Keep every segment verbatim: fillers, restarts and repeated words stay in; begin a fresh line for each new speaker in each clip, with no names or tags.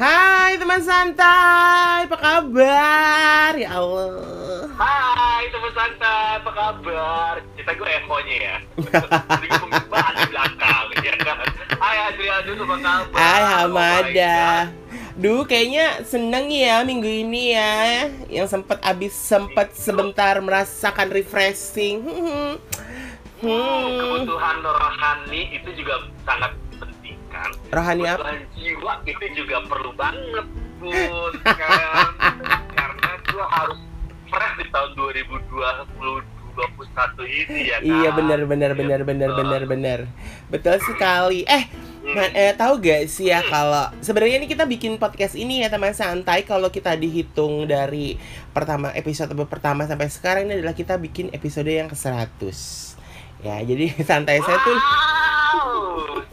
Hai teman santai, apa kabar? Ya Allah.
Hai teman santai, apa kabar? Kita gue ekonya ya. Jadi gue pemimpin di belakang, ya kan? Hai Adrianus, apa kabar?
Hai Hamada.
Oh
Duh, kayaknya seneng ya minggu ini ya, yang sempat abis sempat sebentar merasakan refreshing. Hmm.
hmm, kebutuhan rohani itu juga sangat penting kan?
Rohani apa?
Kebutuhan jiwa itu juga perlu banget, Bun, kan? Karena gue harus fresh di tahun dua ribu dua puluh satu ini ya kan?
Iya benar benar benar benar benar benar. Betul sekali. Eh, Man, eh tahu gak sih ya kalau sebenarnya ini kita bikin podcast ini ya teman santai, kalau kita dihitung dari pertama episode pertama sampai sekarang ini adalah kita bikin episode yang ke seratus. Ya, jadi santai saya tuh.
Wow,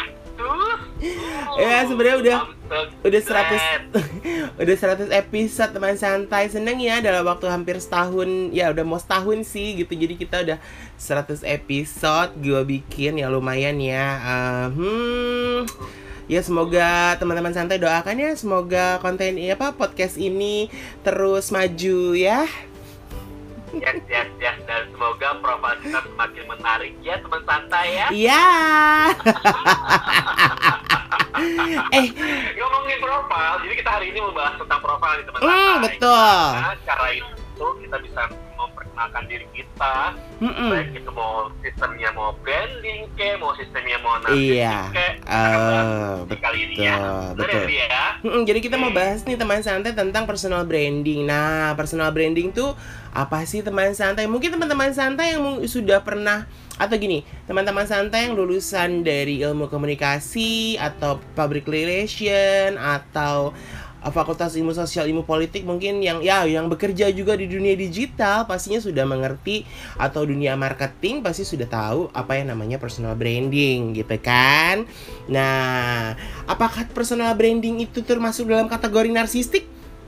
Ya sebenarnya udah udah seratus
Keren.
udah seratus episode teman santai. Seneng ya dalam waktu hampir setahun. Ya udah mau setahun sih gitu. Jadi kita udah seratus episode gue bikin, ya lumayan ya. Uh, hmm Ya semoga teman-teman santai doakan ya, semoga konten ini apa podcast ini terus maju ya.
Yes, yes, yes. Dan semoga profil kita semakin menarik ya teman santai ya.
Iya. eh
Ngomongin profil, jadi kita hari ini membahas tentang profil nih teman
Hmm,
santai.
betul.
Nah, cara itu kita bisa memperkenalkan diri kita.
Mm-mm.
Baik itu mau sistemnya mau branding ke, mau sistemnya mau
Iya.
narcissistic ke.
Oh,
Di kali ini ya.
betul,
Bener
betul.
ya?
Mm-mm, jadi kita mau bahas nih teman santai tentang personal branding. Nah, personal branding tuh apa sih teman santai? Mungkin teman-teman santai yang mung- sudah pernah, atau gini, teman-teman santai yang lulusan dari ilmu komunikasi atau public relation atau uh, fakultas ilmu sosial, ilmu politik, mungkin yang ya yang bekerja juga di dunia digital pastinya sudah mengerti, atau dunia marketing pasti sudah tahu apa yang namanya personal branding gitu kan. Nah, apakah personal branding itu termasuk dalam kategori narsistik?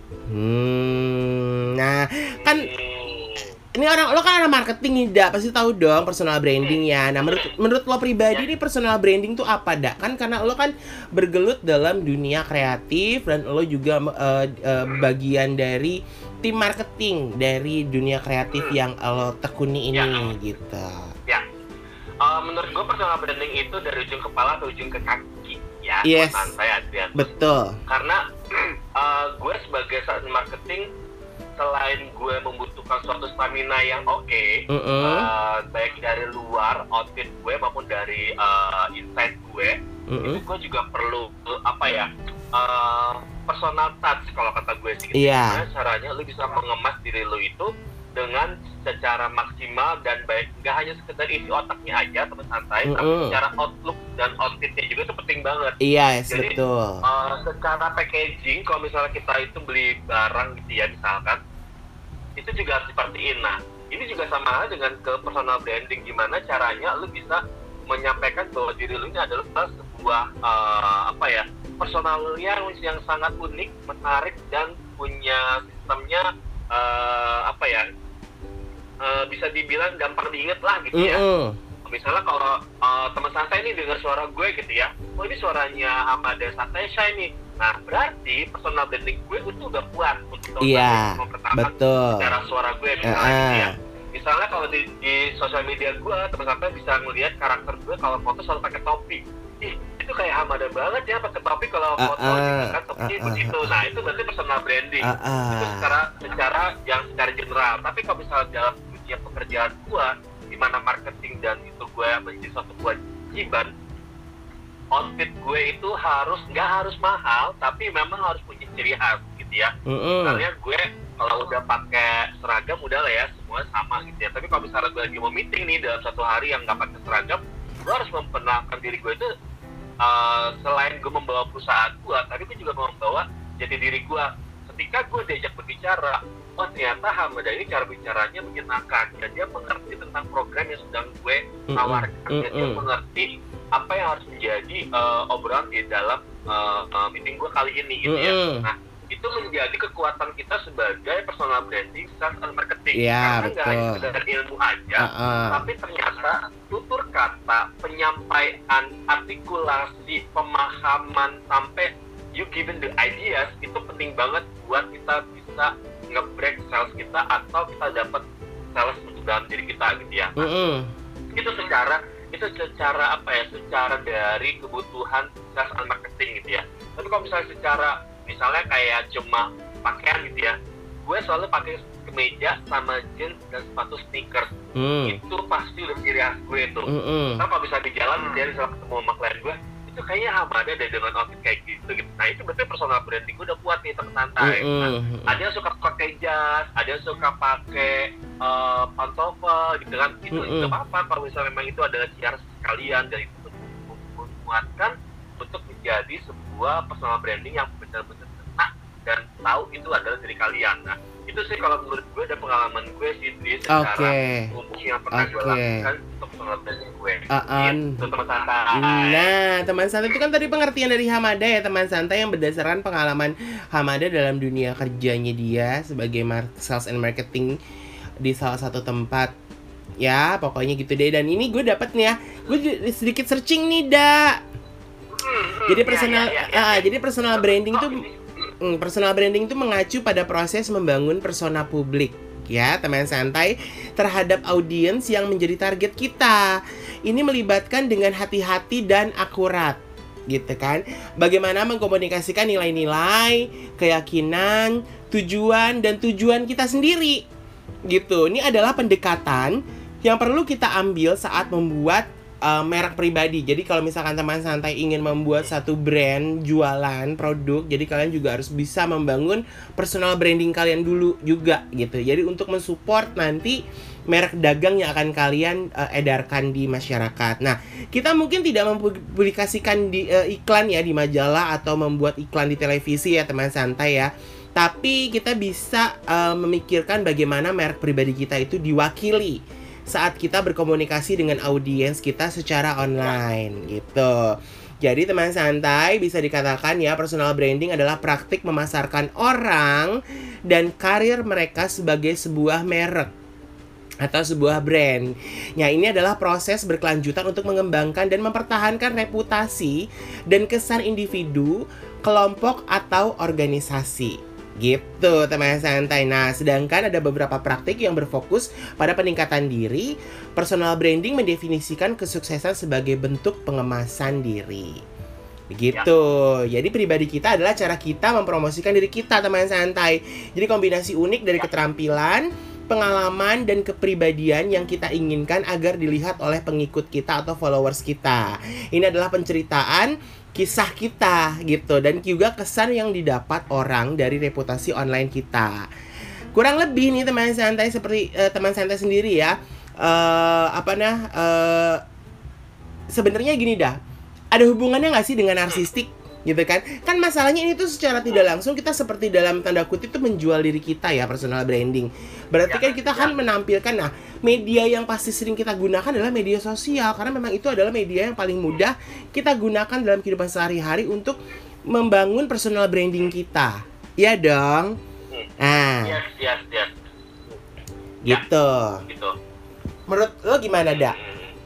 Hmm, nah kan ini orang, lo kan orang marketing nih, Dak, pasti tahu dong personal branding ya. Nah, menurut menurut lo pribadi nih personal branding tuh apa, Dak? Kan karena lo kan bergelut dalam dunia kreatif dan lo juga uh, uh, bagian dari tim marketing dari dunia kreatif yang lo tekuni ini
Ya.
gitu.
Ya, uh, menurut gue personal branding itu dari ujung kepala ke ujung ke kaki ya.
Yes.
Buat santai Adrian.
Betul.
Karena uh, gue sebagai saat marketing, selain gue membutuhkan suatu stamina yang oke, okay,
Mm-mm.
uh, baik dari luar outfit gue maupun dari uh, inside gue,
Mm-mm.
itu gue juga perlu uh, apa ya, uh, personal touch kalau kata gue sih.
Iya.
Gimana caranya lu bisa mengemas diri lu itu dengan secara maksimal dan baik, nggak hanya sekedar isi otaknya aja teman santai,
Mm-mm.
tapi secara outlook dan outfitnya juga itu penting banget.
Iya, yes,
Jadi,
betul.
Uh, secara packaging, kalau misalnya kita itu beli barang gitu ya misalkan, itu juga harus diperhatiin. Nah, ini juga sama halnya dengan ke personal branding, gimana caranya lu bisa menyampaikan bahwa diri lu ini adalah sebuah uh, apa ya, personal yang yang sangat unik, menarik, dan punya sistemnya uh, apa ya, uh, bisa dibilang gampang diinget lah gitu ya.
Mm-mm.
Misalnya kalau uh, teman santai ini dengar suara gue gitu ya, oh ini suaranya Hamada Satesha ini. Nah, berarti personal branding gue itu udah kuat untuk
Iya,
memperkenalkan
betul.
secara suara gue misalnya
Uh-uh.
gitu ya. Misalnya kalau di, di sosial media gue, teman santai bisa ngelihat karakter gue kalau foto selalu pakai topi. Ih, itu kayak Hamada banget ya pakai topi kalau foto
Uh-uh.
gitu kan, topinya
Uh-uh.
begitu. Nah, itu berarti personal branding.
Uh-uh.
Itu secara secara yang secara general. Tapi kalau misalnya dalam dunia pekerjaan gue, di mana marketing dan itu gue menjadi suatu kewajiban, outfit gue itu harus nggak harus mahal, tapi memang harus punya ciri khas gitu ya.
Mm-mm.
Misalnya gue kalau udah pakai seragam udah lah ya, semua sama gitu ya. Tapi kalau misalnya gue lagi mau meeting nih dalam satu hari yang nggak pakai seragam, gue harus memperkenalkan diri gue itu uh, selain gue membawa perusahaan gue, tapi gue juga membawa jati diri gue. Ketika gue diajak berbicara, oh ternyata Hamada ini cara bicaranya menyenangkan, dan dia mengerti tentang program yang sedang gue tawarkan, dan dia mengerti apa yang harus menjadi uh, obrolan di dalam uh, uh, meeting gue kali ini gitu ya. Nah, itu menjadi kekuatan kita sebagai personal branding sales and marketing.
Iya,
Karena nggak hanya
betul.
sekedar ilmu aja,
Uh-uh.
tapi ternyata tutur kata, penyampaian, artikulasi, pemahaman, sampai you given the ideas, itu penting banget buat kita bisa nge-break sales kita atau kita dapat sales untuk dalam diri kita gitu ya.
Mm-hmm.
Itu secara itu secara apa ya? Secara dari kebutuhan sales and marketing gitu ya. Tapi kalau misalnya secara misalnya kayak cuma pakaian gitu ya, gue selalu pakai kemeja sama jeans dan sepatu sneakers. Mm. Itu pasti udah ciri khas gue tuh. Mm-hmm. Nah kalau bisa di jalan gitu ya, misalnya ketemu sama klien gue, itu kayaknya Hamada deh dengan outfit kayak gitu gitu. Nah itu berarti personal branding gue udah kuat nih, teman santai. Mm-hmm. Nah, ada yang suka pakai jas, ada yang suka pakai uh, pantofel gitu kan. Itu mm-hmm. nggak apa-apa kalau misalnya memang itu adalah ciri khas kalian dan itu menguatkan untuk menjadi sebuah personal branding yang benar-benar kena dan tahu itu adalah diri kalian. Nah itu sih kalau menurut gue dan pengalaman gue sih di secara
okay.
umum yang pernah okay. gue lakukan untuk personal branding gue.
Uh-uh.
Itu teman santai.
Nah teman santai itu kan tadi pengertian dari Hamada ya, teman santai yang berdasarkan pengalaman Hamada dalam dunia kerjanya dia sebagai sales and marketing di salah satu tempat. Ya pokoknya gitu deh. Dan ini gue dapet nih ya, gue sedikit searching nih dak. Hmm, jadi personal, ya, ya, ya, ya. Ah, jadi personal branding itu Hmm, personal branding itu mengacu pada proses membangun persona publik ya teman santai terhadap audiens yang menjadi target kita. Ini melibatkan dengan hati-hati dan akurat gitu kan. Bagaimana mengkomunikasikan nilai-nilai, keyakinan, tujuan dan tujuan kita sendiri gitu. Ini adalah pendekatan yang perlu kita ambil saat membuat Uh, merek pribadi. Jadi kalau misalkan teman santai ingin membuat satu brand jualan produk, jadi kalian juga harus bisa membangun personal branding kalian dulu juga gitu. Jadi untuk mensupport nanti merek dagang yang akan kalian uh, edarkan di masyarakat. Nah, kita mungkin tidak mempublikasikan di uh, iklan ya di majalah atau membuat iklan di televisi ya teman santai ya. Tapi kita bisa uh, memikirkan bagaimana merek pribadi kita itu diwakili saat kita berkomunikasi dengan audiens kita secara online gitu. Jadi teman santai bisa dikatakan ya personal branding adalah praktik memasarkan orang dan karir mereka sebagai sebuah merek atau sebuah brand. Nah ini adalah proses berkelanjutan untuk mengembangkan dan mempertahankan reputasi dan kesan individu, kelompok atau organisasi. Gitu teman santai. Nah sedangkan ada beberapa praktik yang berfokus pada peningkatan diri. Personal branding mendefinisikan kesuksesan sebagai bentuk pengemasan diri. Begitu ya. Jadi pribadi kita adalah cara kita mempromosikan diri kita teman santai. Jadi kombinasi unik dari keterampilan, pengalaman dan kepribadian yang kita inginkan agar dilihat oleh pengikut kita atau followers kita. Ini adalah penceritaan kisah kita gitu dan juga kesan yang didapat orang dari reputasi online kita. Kurang lebih nih teman santai seperti uh, teman santai sendiri ya. Uh, apa nah uh, sebenarnya gini dah. Ada hubungannya nggak sih dengan narsistik gitu kan? Kan masalahnya ini tuh secara tidak langsung kita seperti dalam tanda kutip itu menjual diri kita ya, personal branding. Berarti kan kita kan menampilkan, nah media yang pasti sering kita gunakan adalah media sosial karena memang itu adalah media yang paling mudah kita gunakan dalam kehidupan sehari-hari untuk membangun personal branding kita. Iya dong. Nah,
yes, yes, yes.
Gitu.
Ya, gitu.
Menurut lo gimana, Dak?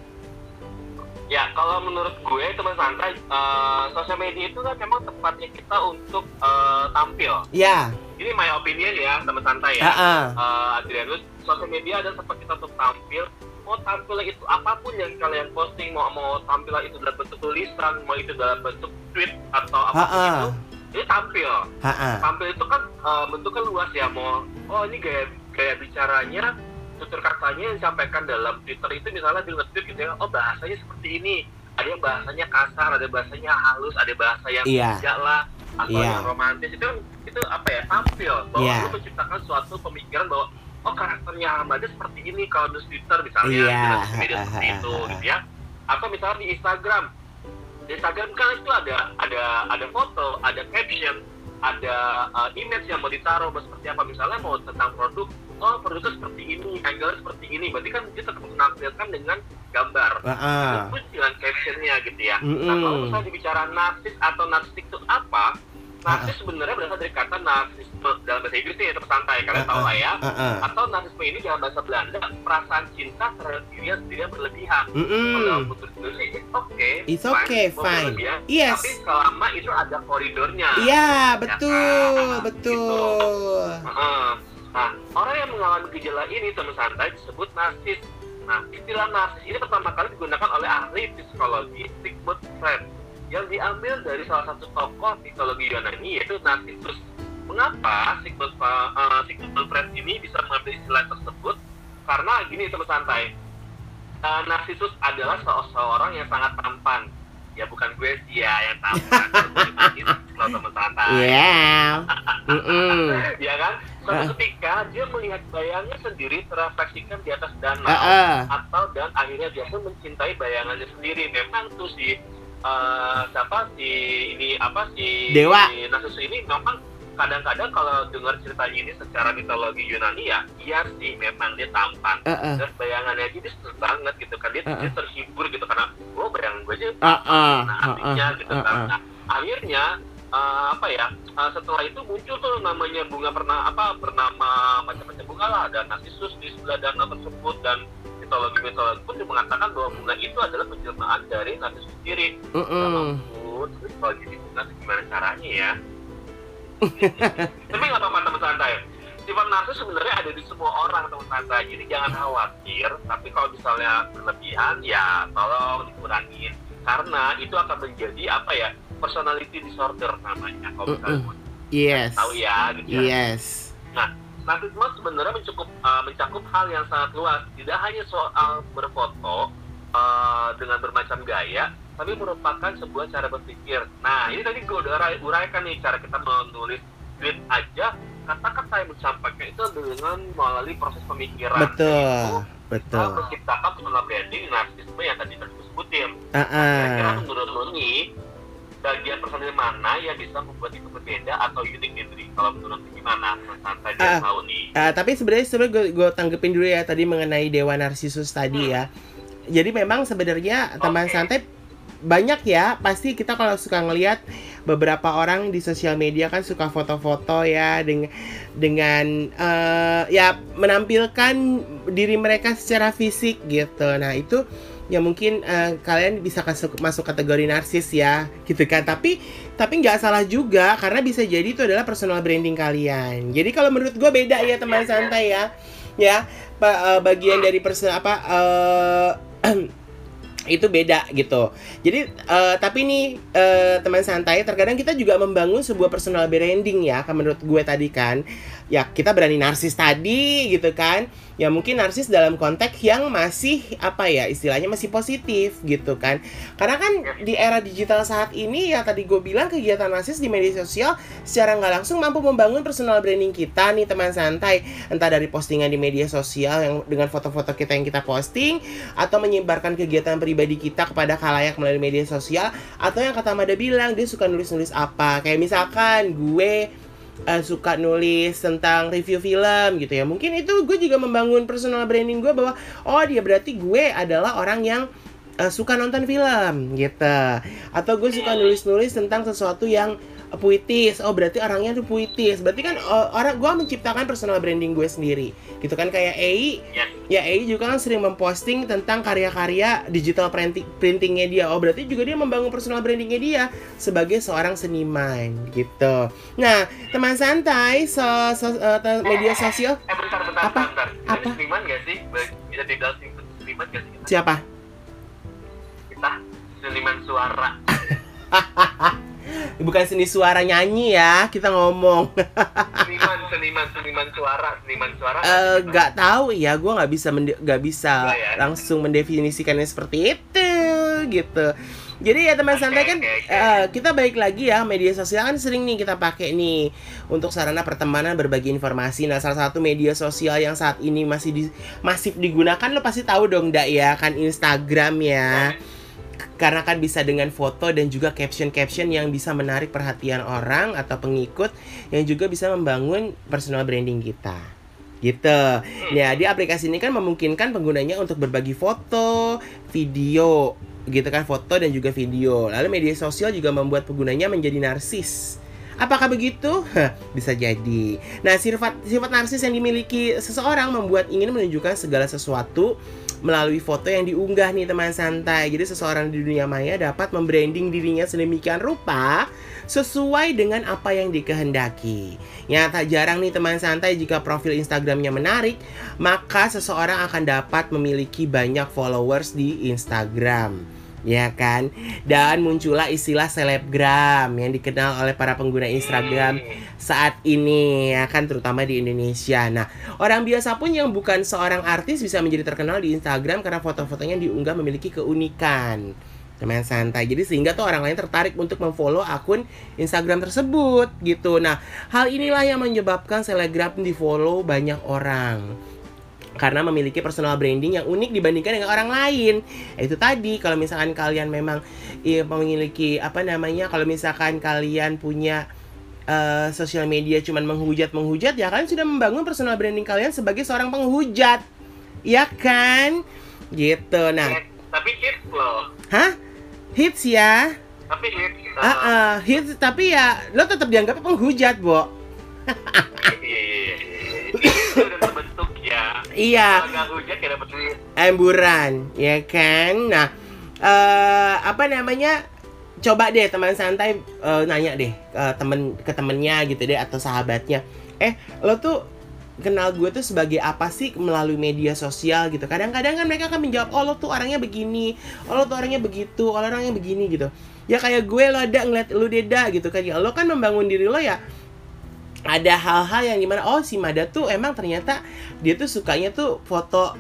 Ya, kalau menurut gue teman santai, uh, sosial media itu kan memang tempatnya kita untuk uh, tampil.
Ya.
Ini my opinion ya, teman santai ya.
Uh-uh.
Uh, Adrianus, sosial media adalah tempat kita untuk tampil. Mau tampil itu apapun yang kalian posting, mau mau tampil itu dalam bentuk tulisan, mau itu dalam bentuk tweet atau apapun
Uh-uh.
itu, ini tampil.
Uh-uh.
Tampil itu kan uh, bentuknya luas ya, mau oh ini gaya gaya bicaranya, tutur katanya yang disampaikan dalam Twitter itu misalnya di nge-tweet gitu ya, oh bahasanya seperti ini, ada yang bahasanya kasar, ada bahasanya halus, ada bahasa yang
yeah.
bijak lah atau
yeah.
yang romantis, itu itu apa ya, tampil bahwa
yeah.
lu menciptakan suatu pemikiran bahwa oh karakternya Hamada seperti ini kalau di Twitter misalnya,
yeah.
di media seperti itu gitu ya, atau misalnya di Instagram, di Instagram kan itu ada ada ada foto, ada caption, ada uh, image yang mau ditaruh seperti apa, misalnya mau tentang produk, oh produknya seperti ini, angle seperti ini, berarti kan dia tetap menampilkan dengan gambar,
uh-uh.
itu dengan captionnya gitu ya.
Mm-mm.
Nah kalau misalnya dibicara narsis atau narsistik itu apa, narsis sebenarnya berasal dari kata narsisme dalam bahasa Inggris ya, tersantai, kalian tahu lah ya. Atau narsisme ini dalam bahasa Belanda perasaan cinta terhadap diri sendiri yang berlebihan. Kalau dalam putus Indonesia, it's okay,
it's okay, fine, yes.
Tapi selama itu ada koridornya.
Iya, betul, ya, kan? betul.
Gitu. Nah, orang yang mengalami gejala ini teman santai disebut narsis. Nah, istilah narsis ini pertama kali digunakan oleh ahli psikologi Sigmund Freud yang diambil dari salah satu tokoh mitologi Yunani yaitu Narcissus. Mengapa Sigmund, uh, Sigmund Freud ini bisa mengambil istilah tersebut? Karena gini teman santai, uh, Narcissus adalah seorang yang sangat tampan. Ya bukan gue sih ya yang tampan, kalau teman santai.
Iya.
Ya kan? Suatu ketika dia melihat bayangnya sendiri terrefleksikan di atas danau,
uh, uh.
atau dan akhirnya dia pun mencintai bayangannya sendiri. Memang tuh si uh, siapa si ini apa si
Dewa
si Narcissus ini memang kadang-kadang kalau dengar ceritanya ini secara mitologi Yunani ya, iya sih memang dia tampan, uh, uh. dan bayangannya aja dia seneng banget gitu kan, dia, uh, uh. dia terhibur gitu karena oh bayangan gue aja
uh, uh.
nah artinya uh, uh. gitu kan.
Uh, uh.
Nah, akhirnya Uh, apa ya uh, setelah itu muncul tuh namanya bunga pernah apa bernama macam-macam bunga lah, ada Narcissus di sebelah danau tersebut, dan mitologi-mitologi pun mengatakan bahwa bunga itu adalah penjelmaan dari Narcissus sendiri.
Uh -uh.
Namun kalau jadi bunga gimana caranya ya? Tapi nggak apa-apa teman santai. Sifat narsis sebenarnya ada di semua orang teman santai, jadi jangan khawatir. Tapi kalau misalnya berlebihan ya tolong dikurangin, karena itu akan menjadi apa ya, personality disorder namanya kalau misalnya uh, uh.
yes.
tahu ya gitu ya.
Yes.
Nah, narsisme sebenarnya mencukup uh, mencakup hal yang sangat luas, tidak hanya soal berfoto uh, dengan bermacam gaya, tapi merupakan sebuah cara berpikir. Nah, ini tadi gue udah uraikan nih cara kita menulis tweet aja, kata-kata yang disampaikan itu dengan melalui proses pemikiran.
Betul.
Itu,
betul.
Kita menciptakan personal branding narsisme yang tadi kita sebutin.
Uh -uh.
Kira-kira menurut lo nih, bagian personil mana yang bisa membuat itu berbeda atau unik diri? Kalau menurut gimana? Santai dia uh, tahu nih.
Uh, tapi sebenarnya sebenarnya gue, gue tanggepin dulu ya tadi mengenai Dewa Narcissus tadi hmm. ya. Jadi memang sebenarnya teman okay. santai banyak ya, pasti kita kalau suka ngelihat beberapa orang di sosial media kan suka foto-foto ya dengan dengan uh, ya menampilkan diri mereka secara fisik gitu. Nah itu ya mungkin uh, kalian bisa masuk, masuk kategori narsis ya gitu kan, tapi tapi nggak salah juga karena bisa jadi itu adalah personal branding kalian. Jadi kalau menurut gue beda ya teman santai ya ya uh, bagian dari personal apa uh, itu beda gitu. Jadi uh, tapi nih uh, teman santai, terkadang kita juga membangun sebuah personal branding ya, kan menurut gue tadi kan. Ya kita berani narsis tadi gitu kan. Ya mungkin narsis dalam konteks yang masih apa ya istilahnya masih positif gitu kan. Karena kan di era digital saat ini ya tadi gue bilang kegiatan narsis di media sosial secara nggak langsung mampu membangun personal branding kita nih teman santai. Entah dari postingan di media sosial yang dengan foto-foto kita yang kita posting, atau menyebarkan kegiatan pribadi kita kepada khalayak melalui media sosial, atau yang kata Mada bilang dia suka nulis-nulis apa. Kayak misalkan gue Uh, suka nulis tentang review film gitu ya. Mungkin itu gue juga membangun personal branding gue bahwa oh dia berarti gue adalah orang yang uh, suka nonton film gitu. Atau gue suka nulis-nulis tentang sesuatu yang puitis. Oh berarti orangnya tuh puitis. Berarti kan uh, orang gue menciptakan personal branding gue sendiri. Gitu kan kayak Ei. Ya Ei juga kan sering memposting tentang karya-karya digital printing printingnya dia. Oh berarti juga dia membangun personal brandingnya dia sebagai seorang seniman gitu. Nah teman santai so, so, uh, media sosial.
Eh bentar bentar
apa?
bentar.
Apa?
Seniman gak sih? Bisa dibilang seniman gak sih? Kita?
Siapa?
Kita seniman suara.
Bukan seni suara nyanyi ya, kita ngomong.
Seniman, seniman, seniman suara, seniman suara.
Eh, uh, nggak tahu ya, gue nggak bisa nggak bisa
oh, ya?
langsung mendefinisikannya seperti itu, gitu. Jadi ya teman okay, santai kan, okay, okay. Uh, kita balik lagi ya, media sosial kan sering nih kita pakai nih untuk sarana pertemanan, berbagi informasi. Nah salah satu media sosial yang saat ini masih di, masif digunakan lo pasti tahu dong, Dak ya, kan Instagram ya. Oh. Karena kan bisa dengan foto dan juga caption-caption yang bisa menarik perhatian orang atau pengikut, yang juga bisa membangun personal branding kita. Gitu. Ya, di aplikasi ini kan memungkinkan penggunanya untuk berbagi foto, video, gitu kan, foto dan juga video. Lalu media sosial juga membuat penggunanya menjadi narsis Apakah begitu? Hah, bisa jadi. Nah, sifat sifat narsis yang dimiliki seseorang membuat ingin menunjukkan segala sesuatu melalui foto yang diunggah nih teman santai. Jadi seseorang di dunia maya dapat membranding dirinya sedemikian rupa sesuai dengan apa yang dikehendaki. Ya, tak jarang nih teman santai jika profil Instagramnya menarik, maka seseorang akan dapat memiliki banyak followers di Instagram. Ya kan? Dan muncullah istilah selebgram yang dikenal oleh para pengguna Instagram saat ini, ya kan, terutama di Indonesia. Nah, orang biasa pun yang bukan seorang artis bisa menjadi terkenal di Instagram karena foto-fotonya diunggah memiliki keunikan. Teman santai. Jadi sehingga tuh orang lain tertarik untuk memfollow akun Instagram tersebut gitu. Nah, hal inilah yang menyebabkan selebgram di-follow banyak orang. Karena memiliki personal branding yang unik dibandingkan dengan orang lain. Itu tadi, kalau misalkan kalian memang ya, memiliki apa namanya, kalau misalkan kalian punya uh, sosial media cuman menghujat-menghujat, ya kalian sudah membangun personal branding kalian sebagai seorang penghujat. Ya kan? Gitu. Nah,
tapi hits loh.
Hah? Hits ya?
Tapi hits.
Uh, uh, hits, tapi ya lo tetap dianggap penghujat, Bo.
Iya, iya, iya. Itu udah terbentuk ya.
Iya.
Kalau nggak hujat ya dapat duit.
Emburan, ya kan? Nah, uh, apa namanya? Coba deh teman santai uh, nanya deh ke temen ke temennya gitu deh atau sahabatnya. Eh, lo tuh kenal gue tuh sebagai apa sih melalui media sosial gitu. Kadang-kadang kan mereka akan menjawab, oh lo tuh orangnya begini, oh lo tuh orangnya begitu, oh lo orangnya begini gitu. Ya kayak gue, lo ada ngeliat lu Deda gitu kan. Ya lo kan membangun diri lo ya. Ada hal-hal yang dimana, oh si Mada tuh emang ternyata dia tuh sukanya tuh foto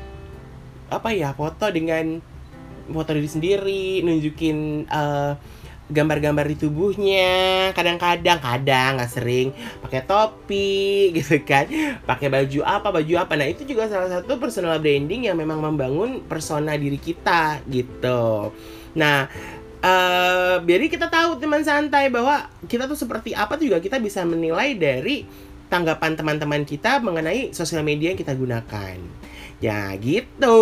apa ya, foto dengan foto diri sendiri, nunjukin uh, gambar-gambar di tubuhnya, kadang-kadang, kadang nggak sering, pakai topi gitu kan, pakai baju apa, baju apa. Nah itu juga salah satu personal branding yang memang membangun persona diri kita gitu. Nah, Uh, biar kita tahu teman santai bahwa kita tuh seperti apa tuh juga kita bisa menilai dari tanggapan teman-teman kita mengenai sosial media yang kita gunakan. Ya gitu.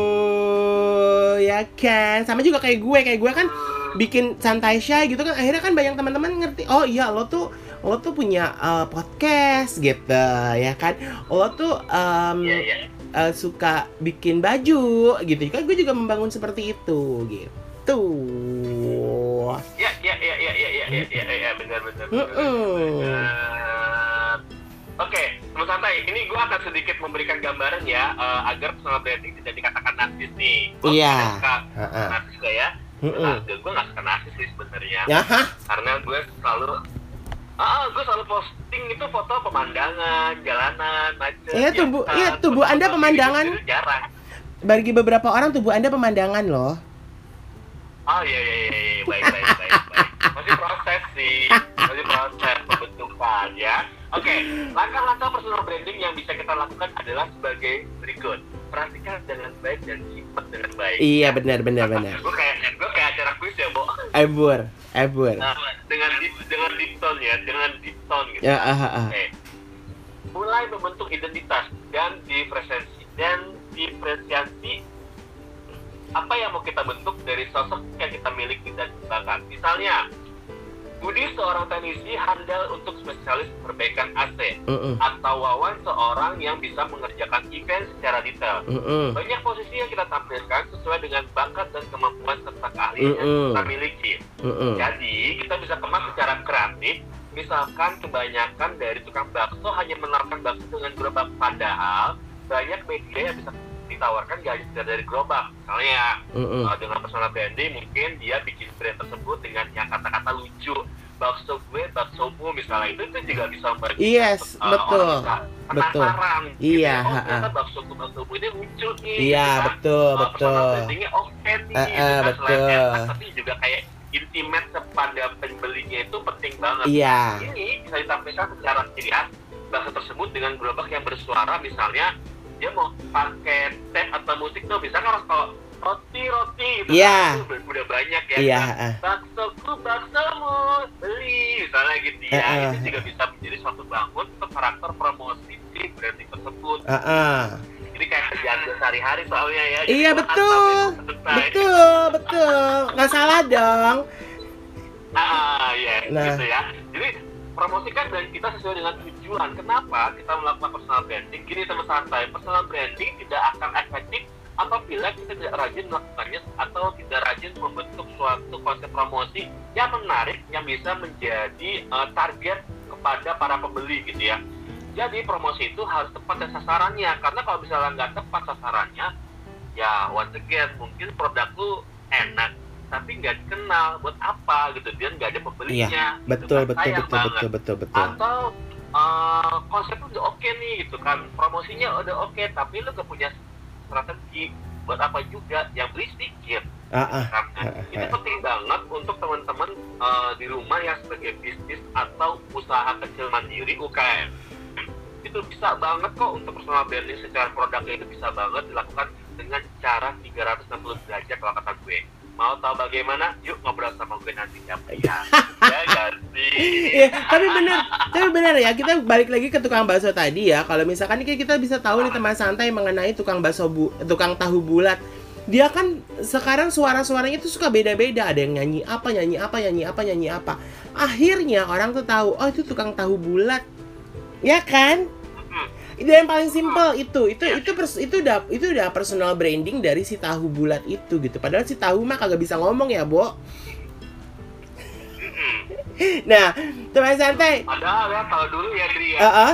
Ya kan. Sama juga kayak gue, kayak gue kan bikin santai shy gitu kan, akhirnya kan banyak teman-teman ngerti, oh iya lo tuh lo tuh punya uh, podcast gitu, ya kan. Lo tuh um, yeah, yeah. Uh, suka bikin baju gitu. Kan gue juga membangun seperti itu gitu. Tuh.
Ya, ya, ya, ya, ya, ya, ya, ya, ya, benar, benar.
Uh -uh.
Oke, teman santai. Ini gue akan sedikit memberikan gambaran ya, uh, agar personal branding tidak dikatakan narsis nih. Gue
iya.
suka
uh -uh.
narsis gak ya?
Uh -uh.
Nah, gue nggak suka narsis sih sebenarnya.
Ya,
karena gue selalu, ah, gue selalu posting itu foto pemandangan, jalanan, macet.
Iya tubuh, iya tubuh Anda pemandangan.
Jarang.
Bagi beberapa orang tubuh Anda pemandangan loh.
Oh iya iya iya, iya. Baik, baik, baik, baik. Masih proses sih, masih proses pembentukan ya. Oke, okay. Langkah-langkah personal branding yang bisa kita lakukan adalah sebagai berikut. Perhatikan dengan baik dan simpan dengan baik.
Iya benar benar benar.
Gue kayak gue kayak acara quiz ya, Bo.
Ebur, ebur.
Nah, dengan deep, dengan deep tone ya, dengan deep tone gitu.
Ya, ah, ah.
Oke. Okay. Mulai membentuk identitas dan diferensiasi dan diferensiasi apa yang mau kita bentuk dari sosok yang kita miliki dan kembangkan. Misalnya, Budi seorang teknisi handal untuk spesialis perbaikan A C, uh-uh. atau Wawan seorang yang bisa mengerjakan event secara detail. Uh-uh. Banyak posisi yang kita tampilkan sesuai dengan bakat dan kemampuan serta keahlian uh-uh. yang kita miliki. Uh-uh. Jadi, kita bisa kemas secara kreatif. Misalkan kebanyakan dari tukang bakso hanya menawarkan bakso dengan gerobak, padahal banyak media yang bisa ditawarkan gak dari gerobak. Misalnya uh-uh. uh, dengan personal branding mungkin dia bikin brand tersebut dengan yang kata-kata lucu, bakso gue, baksomu misalnya, itu itu juga bisa membuat
yes, uh, betul, betul,
gitu.
Iya,
oh ternyata baksoku baksomu ini lucu nih.
Iya,
gitu kan?
betul,
uh,
betul.
Personal brandingnya oke okay nih,
uh, uh,
gitu,
betul.
Enak, tapi juga kayak intimate kepada pembelinya itu penting banget.
Iya.
Ini bisa ditampilkan secara ciri khas bakso tersebut dengan gerobak yang bersuara, misalnya dia mau pakai tape atau musik tuh, misalnya harus kalau roti roti itu
yeah.
kan udah banyak ya,
yeah.
kan? Baksoku baksomu beli misalnya gitu ya, uh, uh. itu juga bisa menjadi suatu bangun untuk karakter promosi di branding tersebut. Uh, uh. Jadi kayak kerjaan sehari-hari soalnya ya.
Iya betul, betul, betul, nggak salah dong.
Ah ya,
nah.
gitu ya. Jadi promosikan brand kita sesuai dengan tujuan. Kenapa kita melakukan personal branding? Gini teman santai, personal branding tidak akan efektif apabila kita tidak rajin melakukannya atau tidak rajin membentuk suatu konsep promosi yang menarik, yang bisa menjadi uh, target kepada para pembeli gitu ya. Jadi promosi itu harus tepat dan sasarannya, karena kalau misalnya nggak tepat sasarannya, ya once again mungkin produk lu enak tapi nggak dikenal buat apa gitu, dia nggak ada pembelinya.
Iya,
gitu
betul,
kan.
betul,
Sayang
betul,
banget.
betul, betul, betul.
Atau uh, konsepnya udah oke nih gitu kan, promosinya udah oke, tapi lu gak punya strategi buat apa juga, yang beli sedikit.
Ah, ah,
Karena
ah, ah,
itu
ah.
penting banget untuk teman-teman uh, di rumah yang sebagai bisnis atau usaha kecil mandiri U K M. Itu bisa banget kok untuk personal branding secara produknya, itu bisa banget dilakukan dengan cara tiga ratus enam puluh derajat kalau kata gue. Mau tahu bagaimana? Yuk ngobrol sama gue nanti ya. Ya, ya gak sih?
Iya, tapi benar, tapi benar ya. Kita balik lagi ke tukang bakso tadi ya. Kalau misalkan ini kita bisa tahu nih teman santai mengenai tukang bakso bu, tukang tahu bulat. Dia kan sekarang suara-suaranya itu suka beda-beda. Ada yang nyanyi apa, nyanyi apa, nyanyi apa, nyanyi apa. Akhirnya orang tuh tahu, oh itu tukang tahu bulat. Ya kan? Itu yang paling simple itu. Itu itu pers, itu udah itu udah personal branding dari si tahu bulat itu gitu. Padahal si tahu mah kagak bisa ngomong ya, Bo. Nah, teman santai.
Padahal ya kalau dulu ya Dri ya.
Heeh.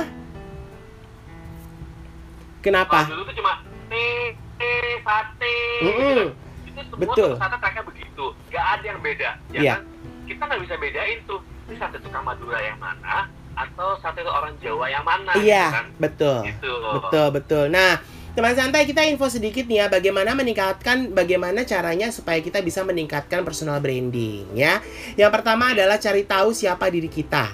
Kenapa?
Kalau dulu tuh cuma teh, teh, sate.
Mm-mm.
Itu semua
Betul.
sate tracknya begitu. Gak ada yang beda. Ya
Iya.
kan? Kita nggak bisa bedain tuh. Ini sate tukang Madura yang mana atau sate orang Jawa yang mana.
Iya,
gitu kan?
betul.
Gitu.
Betul, betul. Nah, teman santai, kita info sedikit nih ya, bagaimana meningkatkan, bagaimana caranya supaya kita bisa meningkatkan personal branding ya. Yang pertama adalah cari tahu siapa diri kita.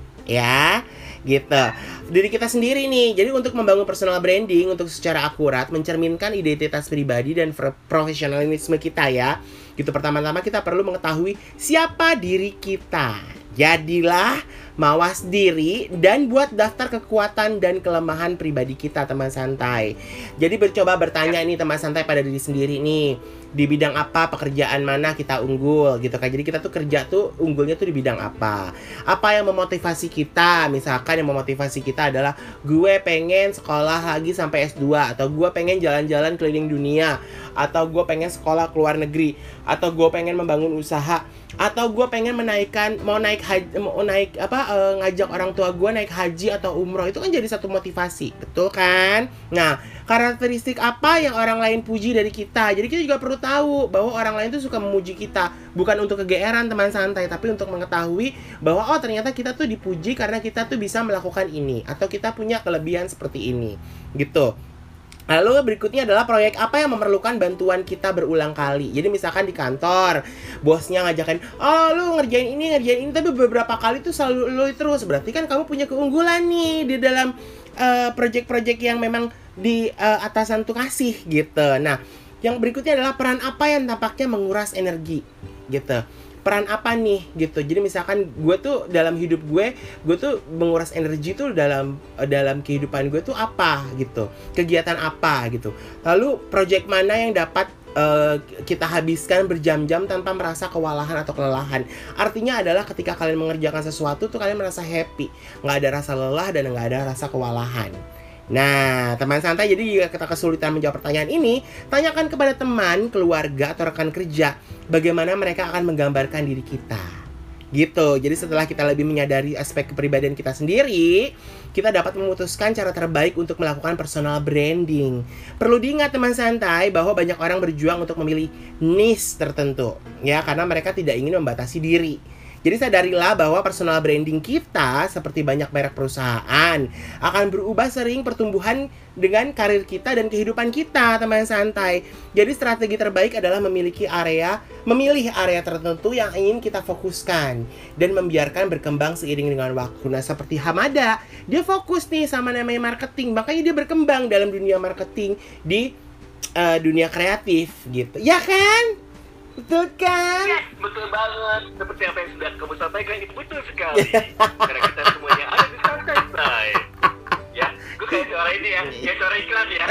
Ya, gitu. Diri kita sendiri nih. Jadi untuk membangun personal branding untuk secara akurat mencerminkan identitas pribadi dan profesionalisme kita ya. Gitu, pertama-tama kita perlu mengetahui siapa diri kita. Jadilah mawas diri dan buat daftar kekuatan dan kelemahan pribadi kita, teman santai. Jadi bercoba bertanya nih teman santai pada diri sendiri nih, di bidang apa, pekerjaan mana kita unggul gitu kan. Jadi kita tuh kerja tuh unggulnya tuh di bidang apa. Apa yang memotivasi kita? Misalkan yang memotivasi kita adalah gue pengen sekolah lagi sampai S dua, atau gue pengen jalan-jalan keliling dunia, atau gue pengen sekolah ke luar negeri, atau gue pengen membangun usaha, atau gue pengen menaikkan mau naik haji, mau naik apa e, ngajak orang tua gue naik haji atau umroh. Itu kan jadi satu motivasi, betul kan? Nah, karakteristik apa yang orang lain puji dari kita. Jadi kita juga perlu tahu bahwa orang lain tuh suka memuji kita, bukan untuk kegeeran teman santai, tapi untuk mengetahui bahwa oh ternyata kita tuh dipuji karena kita tuh bisa melakukan ini, atau kita punya kelebihan seperti ini gitu. Lalu berikutnya adalah proyek apa yang memerlukan bantuan kita berulang kali. Jadi misalkan di kantor, bosnya ngajakin, oh lu ngerjain ini, ngerjain ini, tapi beberapa kali tuh selalu lu terus. Berarti kan kamu punya keunggulan nih di dalam uh, project-project yang memang di uh, atasan tuh kasih gitu. Nah, yang berikutnya adalah peran apa yang tampaknya menguras energi gitu. Peran apa nih gitu. Jadi misalkan gue tuh dalam hidup gue, gue tuh menguras energi tuh dalam dalam kehidupan gue tuh apa gitu. Kegiatan apa gitu. Lalu project mana yang dapat uh, kita habiskan berjam-jam tanpa merasa kewalahan atau kelelahan. Artinya adalah ketika kalian mengerjakan sesuatu tuh kalian merasa happy, nggak ada rasa lelah dan nggak ada rasa kewalahan. Nah, teman santai, jadi jika kita kesulitan menjawab pertanyaan ini, tanyakan kepada teman, keluarga, atau rekan kerja bagaimana mereka akan menggambarkan diri kita. Gitu. Jadi setelah kita lebih menyadari aspek kepribadian kita sendiri, kita dapat memutuskan cara terbaik untuk melakukan personal branding. Perlu diingat teman santai bahwa banyak orang berjuang untuk memilih niche tertentu, ya, karena mereka tidak ingin membatasi diri. Jadi sadarilah bahwa personal branding kita seperti banyak merek perusahaan akan berubah sering pertumbuhan dengan karir kita dan kehidupan kita, teman santai. Jadi strategi terbaik adalah memiliki area, memilih area tertentu yang ingin kita fokuskan dan membiarkan berkembang seiring dengan waktu. Nah, seperti Hamada, dia fokus nih sama namanya marketing, makanya dia berkembang dalam dunia marketing di uh, dunia kreatif gitu. Ya kan? Betul kan?
Ya, betul banget. Seperti apa yang sudah kamu sampaikan, itu betul sekali. Karena kita semuanya ada di santai. Ya, gue kayak suara ini ya, kayak suara iklan ya.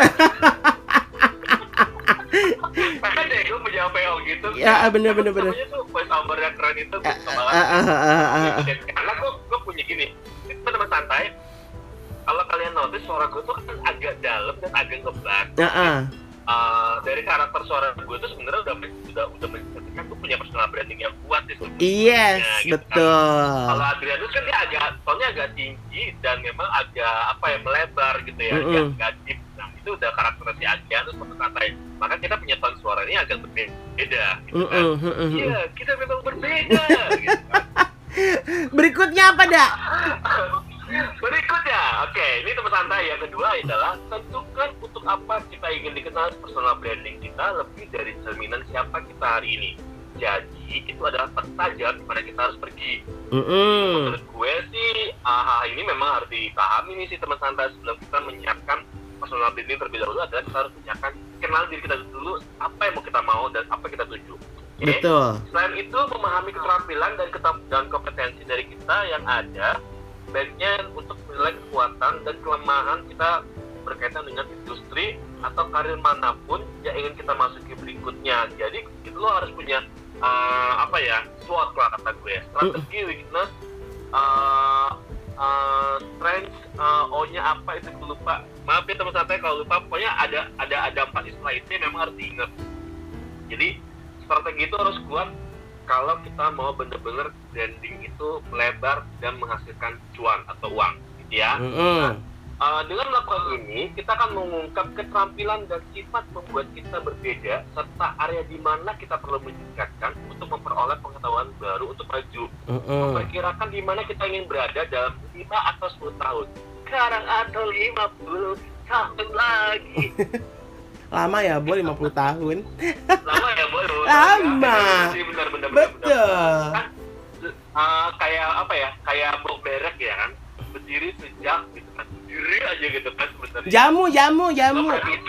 Bahkan deh, gue punya P O gitu.
Ya, bener bener bener.
Namanya tuh voice over yang keren itu, gue suka banget. Karena gue gue punya gini, teman-teman santai, kalau kalian notice suara gue tuh kan agak dalam dan agak ngebar.
Heeh.
Uh, dari karakter suara gue tuh sebenarnya udah udah udah mencerminkan tuh punya personal branding yang kuat sih sebenarnya.
Yes,
gitu
betul.
Kan. Kalau Adrianus kan dia agak, soalnya agak tinggi dan memang agak apa ya melebar gitu ya,
Mm-mm.
agak deep. Nah itu udah karakter si Adrianus teman santai. Maka kita punya tone suara ini agak berbeda. Gitu kan. Iya, kita memang berbeda. Gitu kan.
Berikutnya apa, Dak?
Berikutnya, oke, ini teman santai. Yang kedua adalah tentukan untuk apa kita ingin dikenal. Personal branding kita lebih dari cerminan siapa kita hari ini. Jadi itu adalah peta jalan dimana kita harus pergi.
Mm-mm.
Menurut gue sih, ah ini memang harus dipahami nih sih teman santai sebelum kita menyiapkan personal branding terlebih dahulu adalah kita harus menyiapkan kenal diri kita dulu apa yang mau kita mau dan apa yang kita tuju. Okay?
Betul.
Selain itu memahami keterampilan dan ketam- dan kompetensi dari kita yang ada. Baiknya untuk menilai kekuatan dan kelemahan kita berkaitan dengan industri atau karir manapun yang ingin kita masuki berikutnya. Jadi itu lo harus punya uh, apa ya SWOT lah kata gue, strategi, weakness, uh, uh, strength, uh, O-nya apa itu gue lupa. Maaf ya teman santai kalau lupa. Pokoknya ada ada ada empat istilah itu yang memang harus diingat. Jadi strategi itu harus kuat. Kalau kita mau bener-bener branding itu melebar dan menghasilkan cuan atau uang, gitu ya.
Mm-hmm.
Nah, uh, dengan melakukan ini, kita akan mengungkap keterampilan dan sifat membuat kita berbeda, serta area di mana kita perlu meningkatkan untuk memperoleh pengetahuan baru untuk maju.
Mm-hmm.
Memperkirakan di mana kita ingin berada dalam lima atau sepuluh tahun. Sekarang atau lima puluh tahun lagi.
Lama ya, Bo, lima puluh tahun.
Lama ya, Bo.
Lama.
Ya, benar, benar,
betul.
Benar. Kan, uh, kayak apa ya? Kayak Bok Berek ya kan? Berdiri sejak gitu kan. Berdiri aja gitu kan sebenarnya.
Jamu, jamu, jamu.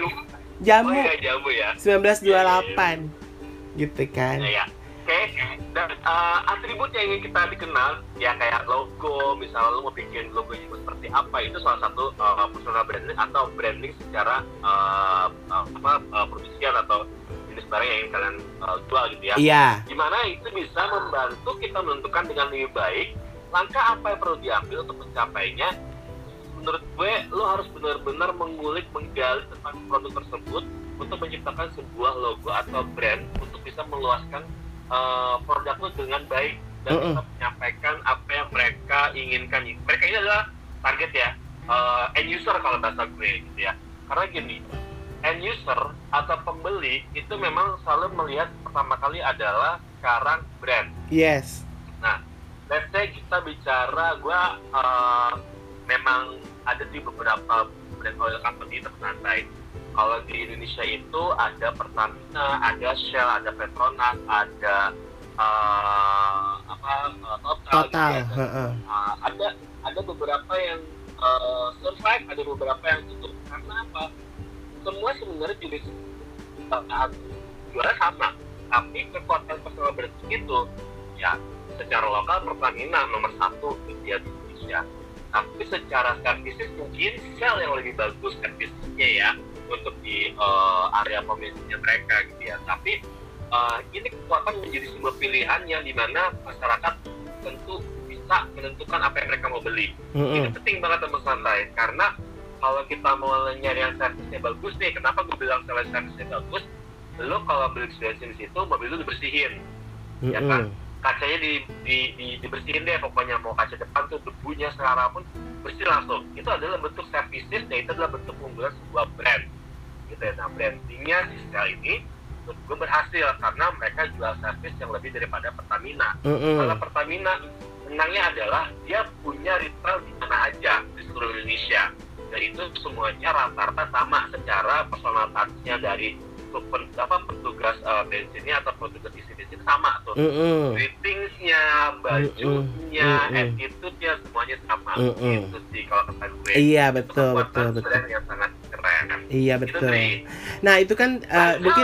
Jamu.
Oh, ya, jamu ya.
seribu sembilan ratus dua puluh delapan. Ya, ya. Gitu kan.
Ya, ya. Oke, okay. Dan uh, atribut yang ingin kita dikenal ya kayak logo, misalnya lo mau bikin logonya seperti apa, itu salah satu uh, personal branding atau branding secara uh, uh, apa uh, produksian atau jenis barang yang ingin kalian uh, jual gitu ya.
Iya.
Dimana itu bisa membantu kita menentukan dengan lebih baik langkah apa yang perlu diambil untuk mencapainya. Menurut gue, lo harus benar-benar mengulik, menggali tentang produk tersebut untuk menciptakan sebuah logo atau brand untuk bisa meluaskan Uh, produk lu dengan baik dan
uh-uh.
bisa menyampaikan apa yang mereka inginkan. Mereka ini adalah target ya, uh, end user kalau bahasa gue gitu ya. Karena gini, end user atau pembeli itu memang selalu melihat pertama kali adalah sekarang brand.
Yes.
Nah, let's say kita bicara, gue uh, memang ada di beberapa brand oil company tersantai. Kalau di Indonesia itu ada Pertamina, ada Shell, ada Petronas, ada uh, apa uh, Total,
Total.
Gitu, ada, uh, ada ada beberapa yang uh, survive, ada beberapa yang tutup. Karena apa? Semua sebenarnya jenis uh, juara sama, tapi kekuatan personal branding itu ya secara lokal Pertamina nomor satu gitu ya di Indonesia. Tapi secara services mungkin Shell yang lebih bagus servisnya ya untuk di uh, area pemilihannya mereka gitu ya. Tapi uh, ini kekuatan menjadi sebuah pilihan yang dimana masyarakat tentu bisa menentukan apa yang mereka mau beli. Mm-hmm. Ini penting banget teman santai, karena kalau kita mau nyari yang servisnya bagus nih, kenapa gue bilang servisnya bagus? Lo kalau beli bensin di situ, mobil lo dibersihin, mm-hmm. ya kan? Kacanya di, di, di, dibersihin deh, pokoknya mau kaca depan tuh debunya sekarang pun bersih langsung. Itu adalah bentuk services, dan itu adalah bentuk keunggulan sebuah brand. Gitu ya. Nah, brandingnya di Shell ini menurut gue berhasil karena mereka jual service yang lebih daripada Pertamina. Mm-hmm. Karena Pertamina menangnya adalah dia punya retail di mana aja di seluruh Indonesia, dan itu semuanya rata-rata sama secara personal touch-nya dari apa petugas uh, bensinnya atau petugas isi bensin sama tuh. Mm-hmm. Greetingsnya, bajunya, mm-hmm. attitude-nya semuanya sama. Mm-hmm. Itu sih kalau kata gue.
Iya betul betul betul.
Brand yang sangat keren.
Iya
Gitu,
betul.
Tri.
Nah itu kan uh, mungkin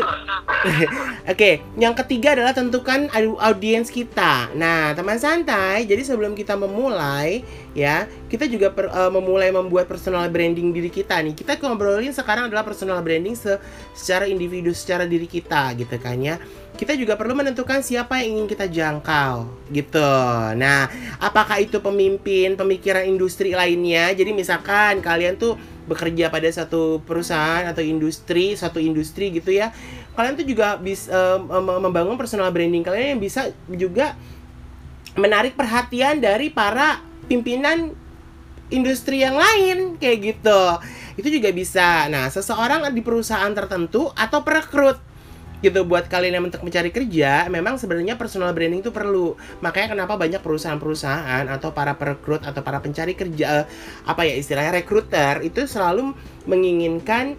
Oke, yang ketiga adalah tentukan au- audiens kita. Nah, teman santai, jadi sebelum kita memulai, ya, kita juga per- eh, memulai membuat personal branding diri kita nih. Kita ngobrolin sekarang adalah personal branding se- secara individu, secara diri kita, gitu kan ya. Kita juga perlu menentukan siapa yang ingin kita jangkau, gitu. Nah, apakah itu pemimpin, pemikiran industri lainnya? Jadi misalkan kalian tuh bekerja pada satu perusahaan atau industri, satu industri gitu ya. Kalian tuh juga bisa uh, membangun personal branding kalian yang bisa juga menarik perhatian dari para pimpinan industri yang lain kayak gitu. Itu juga bisa. Nah, seseorang di perusahaan tertentu atau perekrut gitu, buat kalian yang untuk mencari kerja, memang sebenarnya personal branding itu perlu. Makanya kenapa banyak perusahaan-perusahaan atau para perekrut atau para pencari kerja, apa ya istilahnya, rekruter itu selalu menginginkan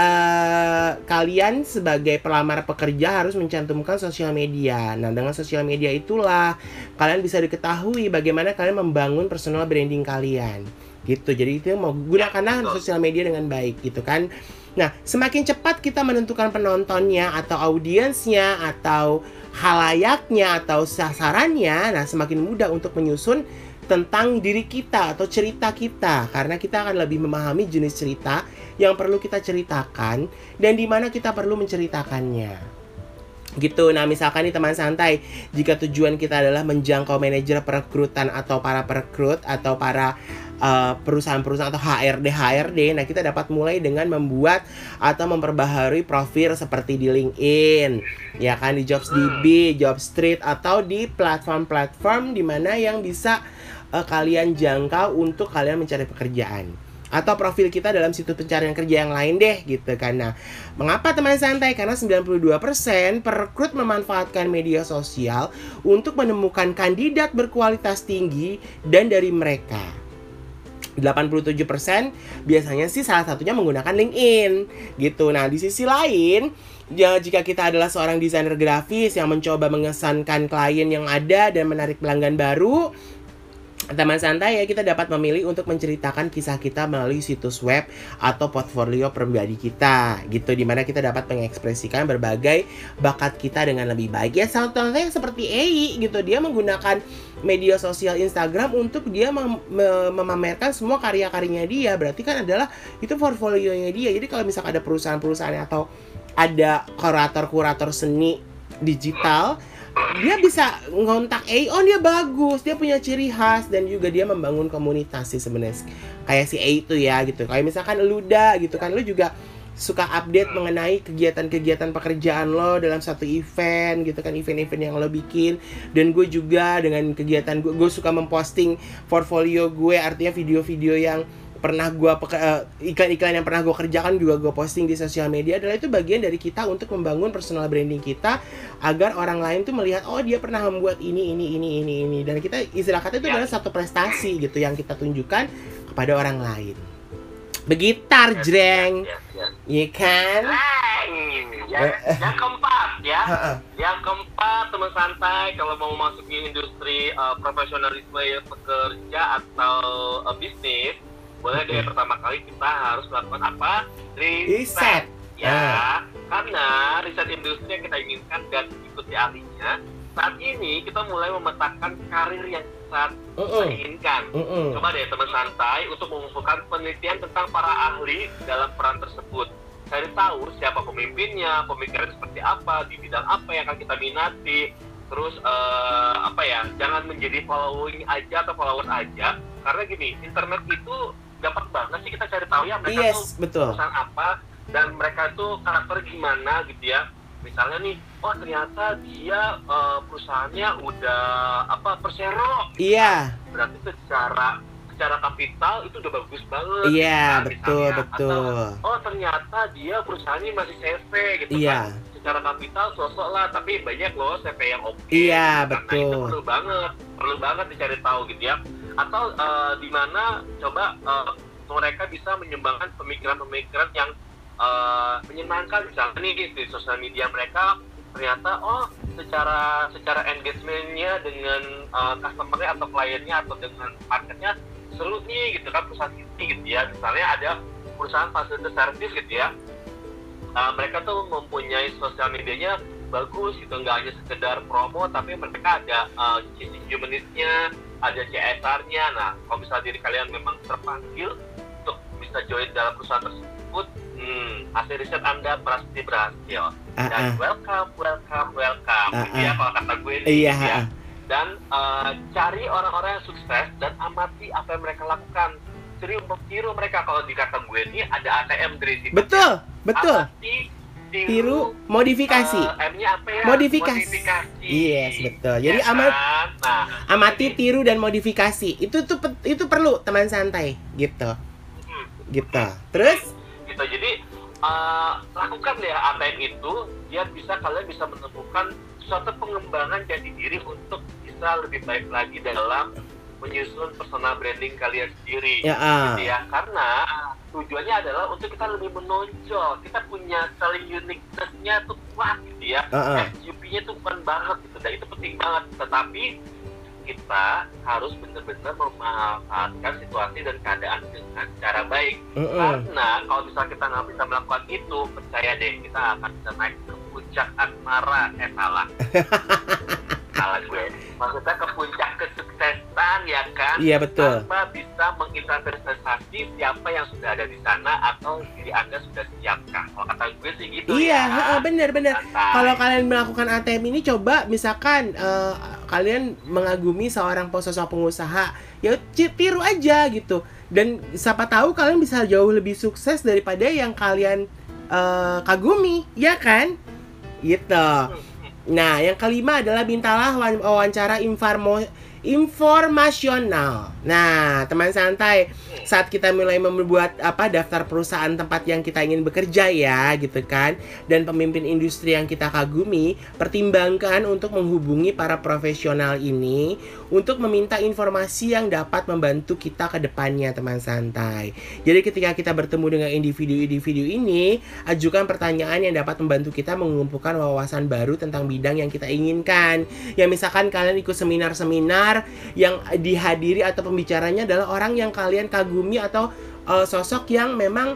uh, kalian sebagai pelamar pekerja harus mencantumkan sosial media. Nah, dengan sosial media itulah kalian bisa diketahui bagaimana kalian membangun personal branding kalian gitu. Jadi itu mau gunakanlah sosial media dengan baik gitu kan. Nah, semakin cepat kita menentukan penontonnya atau audiensnya atau halayaknya atau sasarannya, nah semakin mudah untuk menyusun tentang diri kita atau cerita kita, karena kita akan lebih memahami jenis cerita yang perlu kita ceritakan dan di mana kita perlu menceritakannya. Gitu. Nah, misalkan nih teman santai, jika tujuan kita adalah menjangkau manajer perekrutan atau para perekrut atau para uh, perusahaan-perusahaan atau H R D H R D, nah kita dapat mulai dengan membuat atau memperbaharui profil seperti di LinkedIn, ya kan, di JobsDB, Jobstreet atau di platform-platform di mana yang bisa uh, kalian jangkau untuk kalian mencari pekerjaan. Atau profil kita dalam situs pencarian kerja yang lain deh gitu kan. Nah, mengapa teman santai? Karena sembilan puluh dua persen perekrut memanfaatkan media sosial untuk menemukan kandidat berkualitas tinggi dan dari mereka delapan puluh tujuh persen biasanya sih salah satunya menggunakan LinkedIn gitu. Nah, di sisi lain, ya, jika kita adalah seorang desainer grafis yang mencoba mengesankan klien yang ada dan menarik pelanggan baru, teman santai ya, kita dapat memilih untuk menceritakan kisah kita melalui situs web atau portfolio pribadi kita gitu, dimana kita dapat mengekspresikan berbagai bakat kita dengan lebih baik. Ya, contohnya seperti Ei gitu, dia menggunakan media sosial Instagram untuk dia mem mem memamerkan semua karya-karyanya dia. Berarti kan adalah itu portfolionya dia. Jadi kalau misalkan ada perusahaan-perusahaan atau ada kurator-kurator seni digital, dia bisa ngontak A I, oh dia bagus, dia punya ciri khas, dan juga dia membangun komunitas sih sebenarnya kayak si A I itu ya gitu. Kayak misalkan Luda gitu kan, lu juga suka update mengenai kegiatan-kegiatan pekerjaan lo dalam satu event gitu kan, event-event yang lo bikin. Dan gue juga dengan kegiatan gue, gue suka memposting portfolio gue, artinya video-video yang pernah gue uh, iklan-iklan yang pernah gue kerjakan juga gue posting di sosial media. Adalah itu bagian dari kita untuk membangun personal branding kita agar orang lain tuh melihat, oh dia pernah membuat ini ini ini ini ini, dan kita istilah kata itu adalah satu prestasi gitu yang kita tunjukkan kepada orang lain. Begitar jreng, iya kan?
Yang, yang keempat ya, yang keempat teman santai, kalau mau masuk ke industri uh, profesionalisme ya, pekerja atau uh, bisnis, boleh deh pertama kali kita harus melakukan apa? Riset. Ya, karena riset industri yang kita inginkan dan ikuti ahlinya. Saat ini kita mulai memetakan karir yang kita uh-uh. inginkan. Uh-uh. Coba deh teman santai untuk mengumpulkan penelitian tentang para ahli dalam peran tersebut. Cari tahu siapa pemimpinnya, pemikiran seperti apa, di bidang apa yang akan kita minati. Terus uh, apa ya? Jangan menjadi following aja atau followers aja. Karena gini, internet itu dapat banget sih kita cari tahu ya mereka
yes,
tuh
betul.
perusahaan apa dan mereka tuh karakter gimana gitu ya. Misalnya nih, oh ternyata dia uh, perusahaannya udah apa Persero.
Iya.
Nah, berarti secara secara kapital itu udah bagus banget.
Iya, nah,
misalnya,
betul betul.
Atau, oh ternyata dia perusahaannya masih C V gitu
iya.
kan. Secara kapital sosok lah, tapi banyak loh C V yang oke.
Okay, iya,
gitu.
betul.
Nah, itu perlu banget, perlu banget dicari tahu gitu ya. Atau uh, di mana coba uh, mereka bisa menyumbangkan pemikiran-pemikiran yang uh, menyenangkan, misalnya nih di sosial media mereka ternyata oh secara secara engagementnya dengan uh, customer-nya atau kliennya atau dengan marketnya seru nih gitu kan perusahaan ini gitu ya. Misalnya ada perusahaan fasilitas servis gitu ya, uh, mereka tuh mempunyai sosial medianya bagus gitu, nggak hanya sekedar promo, tapi mereka ada uh, sisi humanisnya, ada C S R-nya. Nah, kalau misalnya diri kalian memang terpanggil untuk bisa join dalam perusahaan tersebut, hmm, hasil riset Anda pasti berhasil. Dan welcome, welcome, welcome.
Uh, uh.
Ya, kalau kata gue nih.
Iya.
Ya. Dan uh, cari orang-orang yang sukses dan amati apa yang mereka lakukan. Jadi untuk tiru mereka. Kalau di kata gue nih ada A T M dari situ.
Betul, betul.
Amati, tiru,
tiru, modifikasi.
Uh, M-nya apa ya?
Modifikasi.
Modifikasi.
Yes, betul. Jadi
ya
amat,
kan? Nah,
amati,
jadi,
tiru dan modifikasi. Itu tuh itu perlu teman santai gitu.
Hmm.
Gitu. Terus
gitu. Jadi uh, lakukan deh A T M itu, biar bisa kalian bisa menemukan suatu pengembangan jati diri untuk bisa lebih baik lagi dalam menyusun personal branding kalian sendiri.
Ya, ah.
Gitu ya. Karena tujuannya adalah untuk kita lebih menonjol. Kita punya selling uniqueness-nya tuh kuat gitu ya.
Uh-uh.
S U P-nya tuh bukan banget gitu. Dan itu penting banget. Tetapi kita harus benar-benar memanfaatkan situasi dan keadaan dengan cara baik.
Uh-uh.
Karena kalau misalnya kita nggak bisa melakukan itu, percaya deh kita akan bisa naik ke puncak asmara. Eh salah. Salah gue. Maksudnya ke puncak kesuksesan ya kan?
Iya betul.
Tanpa bisa menginterpretasi siapa yang sudah ada di sana atau diri Anda sudah siapkah. Kalau kata gue sih gitu
iya,
ya.
Iya, benar-benar.
Santai.
Kalau kalian melakukan A T M ini, coba misalkan uh, kalian mengagumi seorang sosok pengusaha, ya tiru aja gitu. Dan siapa tahu kalian bisa jauh lebih sukses daripada yang kalian uh, kagumi, ya kan? Gitu. Nah, yang kelima adalah mintalah wawancara informo informasional. Nah, teman santai, saat kita mulai membuat apa daftar perusahaan tempat yang kita ingin bekerja ya, gitu kan, dan pemimpin industri yang kita kagumi, pertimbangkan untuk menghubungi para profesional ini untuk meminta informasi yang dapat membantu kita ke depannya, teman santai. Jadi ketika kita bertemu dengan individu-individu ini, ajukan pertanyaan yang dapat membantu kita mengumpulkan wawasan baru tentang bidang yang kita inginkan. Ya misalkan kalian ikut seminar-seminar yang dihadiri atau pembicaranya adalah orang yang kalian kagumi atau uh, sosok yang memang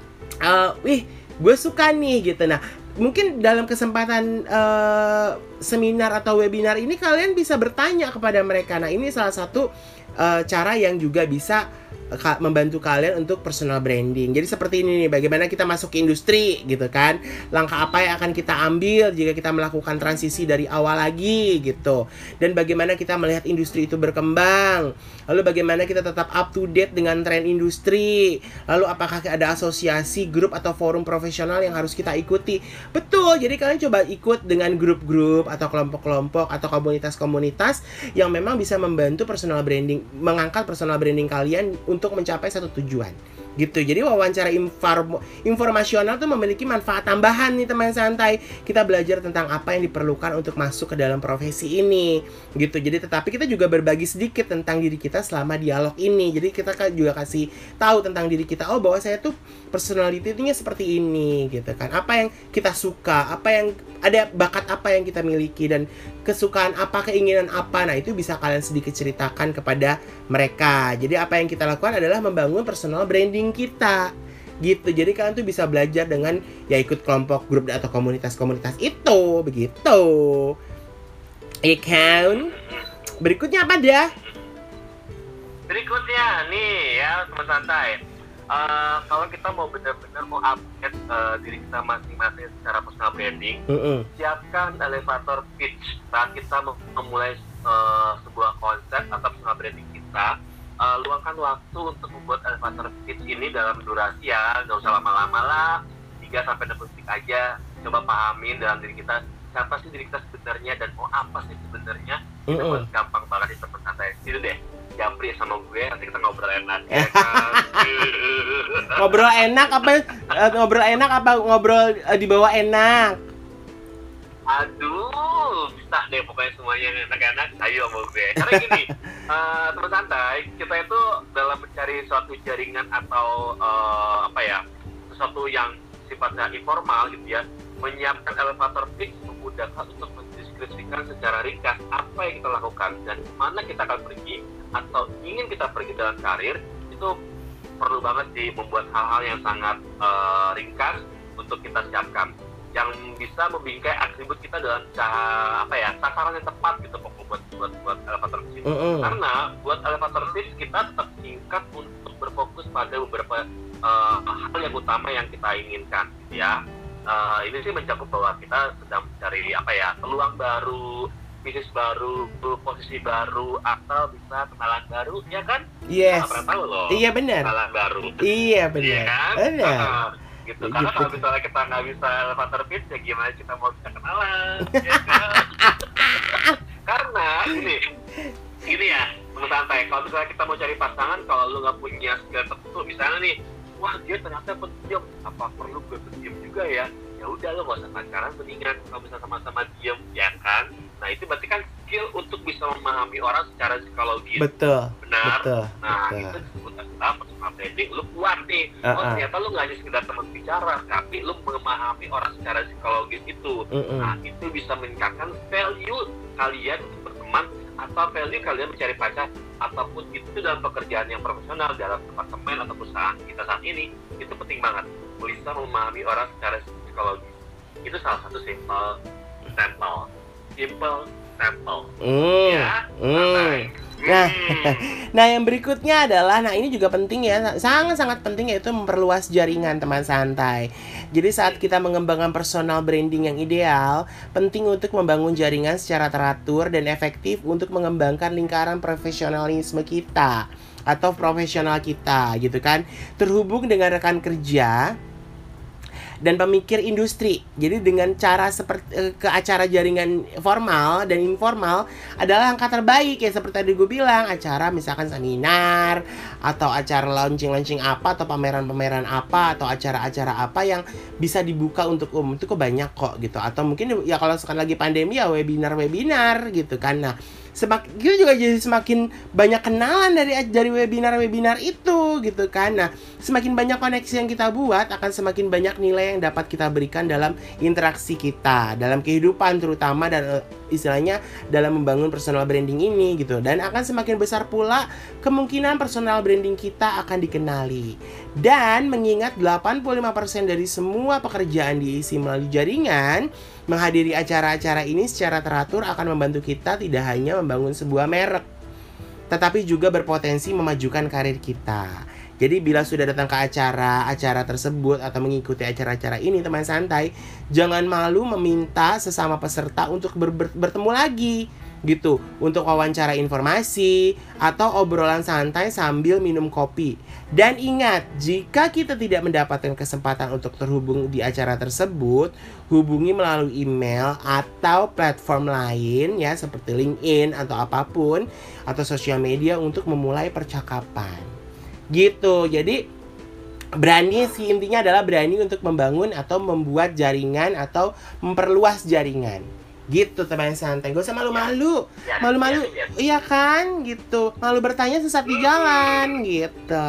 uh, wih, gue suka nih gitu. Nah, mungkin dalam kesempatan uh, seminar atau webinar ini kalian bisa bertanya kepada mereka. Nah, ini salah satu uh, cara yang juga bisa membantu kalian untuk personal branding. Jadi seperti ini nih, bagaimana kita masuk ke industri gitu kan. Langkah apa yang akan kita ambil jika kita melakukan transisi dari awal lagi gitu. Dan bagaimana kita melihat industri itu berkembang. Lalu bagaimana kita tetap up to date dengan tren industri. Lalu apakah ada asosiasi, grup atau forum profesional yang harus kita ikuti. Betul, jadi kalian coba ikut dengan grup-grup atau kelompok-kelompok atau komunitas-komunitas yang memang bisa membantu personal branding, mengangkat personal branding kalian untuk mencapai satu tujuan gitu. Jadi wawancara inform informasional tuh memiliki manfaat tambahan nih teman santai. Kita belajar tentang apa yang diperlukan untuk masuk ke dalam profesi ini gitu. Jadi tetapi kita juga berbagi sedikit tentang diri kita selama dialog ini. Jadi kita juga kasih tahu tentang diri kita. Oh, bahwa saya tuh personality-nya seperti ini gitu kan. Apa yang kita suka, apa yang ada bakat apa yang kita miliki dan kesukaan apa, keinginan apa. Nah, itu bisa kalian sedikit ceritakan kepada mereka. Jadi apa yang kita lakukan adalah membangun personal branding kita gitu. Jadi kalian tuh bisa belajar dengan ya ikut kelompok, grup atau komunitas-komunitas itu begitu. Ikan. Berikutnya apa dah?
Berikutnya nih ya teman santai. Uh, kalau kita mau benar-benar mau update uh, diri kita masing-masing secara personal branding, uh-uh. siapkan elevator pitch saat kita memulai uh, sebuah konsep atau personal branding kita. Uh, luangkan waktu untuk membuat elevator pitch ini dalam durasi ya, nggak usah lama-lama lah, tiga sampai enam detik aja. Coba pahamin dalam diri kita siapa sih diri kita sebenarnya dan mau apa sih sebenarnya. Itu uh-uh. gampang banget itu santai. Itu deh, Japri sama gue nanti kita ngobrol enak. Ya kan?
Ngobrol enak apa? Ngobrol enak apa ngobrol uh, di bawah enak?
Aduh, bisa deh pokoknya semuanya enak-enak. Ayo sama gue. Karena gini, uh, teman santai, kita itu dalam mencari suatu jaringan atau uh, apa ya, sesuatu yang sifatnya informal gitu ya, menyiapkan elevator pitch memudahkan untuk mendeskripsikan secara ringkas apa yang kita lakukan dan kemana kita akan pergi atau ingin kita pergi dalam karir. Itu perlu banget sih membuat hal-hal yang sangat uh, ringkas untuk kita siapkan, yang bisa membingkai atribut kita dalam cara apa ya sasaran yang tepat gitu pokok buat buat buat elevator pitch.
Mm-mm.
Karena buat elevator pitch kita tetap singkat untuk berfokus pada beberapa uh, hal yang utama yang kita inginkan, gitu ya. Uh, ini sih mencakup bahwa kita sedang mencari apa ya peluang baru, bisnis baru, posisi baru, atau bisa kenalan baru, ya kan?
Yes.
Nggak pernah tahu loh.
Iya benar.
Kenalan baru.
Iya benar.
Iya kan?
Benar.
Uh, gitu. Karena
Gitu.
kalau misalnya kita nggak bisa elevator pitch, ya gimana kita mau bisa kenalan? Ya kan? Karena ini, ini ya, teman santai. Kalau misalnya kita mau cari pasangan, kalau lu nggak punya skill tertentu, misalnya nih, wah dia ternyata pendiam, apa perlu gue pendiam juga ya? Ya udah lo nggak usah pacaran, mendingan kalau bisa sama-sama diem, ya kan? Nah itu berarti kan skill untuk bisa memahami orang secara psikologis.
Betul.
Benar.
Betul.
Nah
betul.
itu disebut kita personal branding. Lu kuat nih.
Uh-uh.
Oh ternyata lu nggak hanya sekedar teman bicara, tapi lu memahami orang secara psikologis itu.
Mm-mm.
Nah itu bisa meningkatkan value kalian untuk berteman, atau value kalian mencari pacar, ataupun itu dalam pekerjaan yang profesional dalam departemen atau perusahaan kita saat ini. Itu penting banget bisa memahami orang secara psikologis. Itu salah satu simple simple simple simple
Mm.
ya.
Mm. Nah,
Hmm.
nah yang berikutnya adalah, nah ini juga penting ya, sangat-sangat penting, yaitu memperluas jaringan teman santai. Jadi saat kita mengembangkan personal branding yang ideal, penting untuk membangun jaringan secara teratur dan efektif untuk mengembangkan lingkaran profesionalisme kita atau profesional kita gitu kan, terhubung dengan rekan kerja dan pemikir industri. Jadi dengan cara seperti ke acara jaringan formal dan informal adalah langkah terbaik ya, seperti tadi gue bilang, acara misalkan seminar atau acara launching-launching apa atau pameran-pameran apa atau acara-acara apa yang bisa dibuka untuk umum, itu kok banyak kok gitu. Atau mungkin ya kalau sekarang lagi pandemi ya webinar-webinar gitu kan. Nah, semakin kita juga jadi semakin banyak kenalan dari dari webinar-webinar itu gitu kan. Nah, semakin banyak koneksi yang kita buat, akan semakin banyak nilai yang dapat kita berikan dalam interaksi kita, dalam kehidupan terutama, dan istilahnya dalam membangun personal branding ini gitu. Dan akan semakin besar pula kemungkinan personal branding kita akan dikenali. Dan mengingat delapan puluh lima persen dari semua pekerjaan diisi melalui jaringan, menghadiri acara-acara ini secara teratur akan membantu kita tidak hanya membangun sebuah merek, tetapi juga berpotensi memajukan karir kita. Jadi bila sudah datang ke acara-acara tersebut atau mengikuti acara-acara ini, teman santai, jangan malu meminta sesama peserta untuk ber- ber- bertemu lagi gitu, untuk wawancara informasi atau obrolan santai sambil minum kopi. Dan ingat, jika kita tidak mendapatkan kesempatan untuk terhubung di acara tersebut, hubungi melalui email atau platform lain ya, seperti LinkedIn atau apapun, atau sosial media untuk memulai percakapan. Gitu. Jadi berani sih, intinya adalah berani untuk membangun atau membuat jaringan atau memperluas jaringan. Gitu teman santai, gak usah malu-malu.
Ya,
Malu-malu,
ya, ya.
iya kan? Gitu. Malu bertanya sesat di jalan gitu.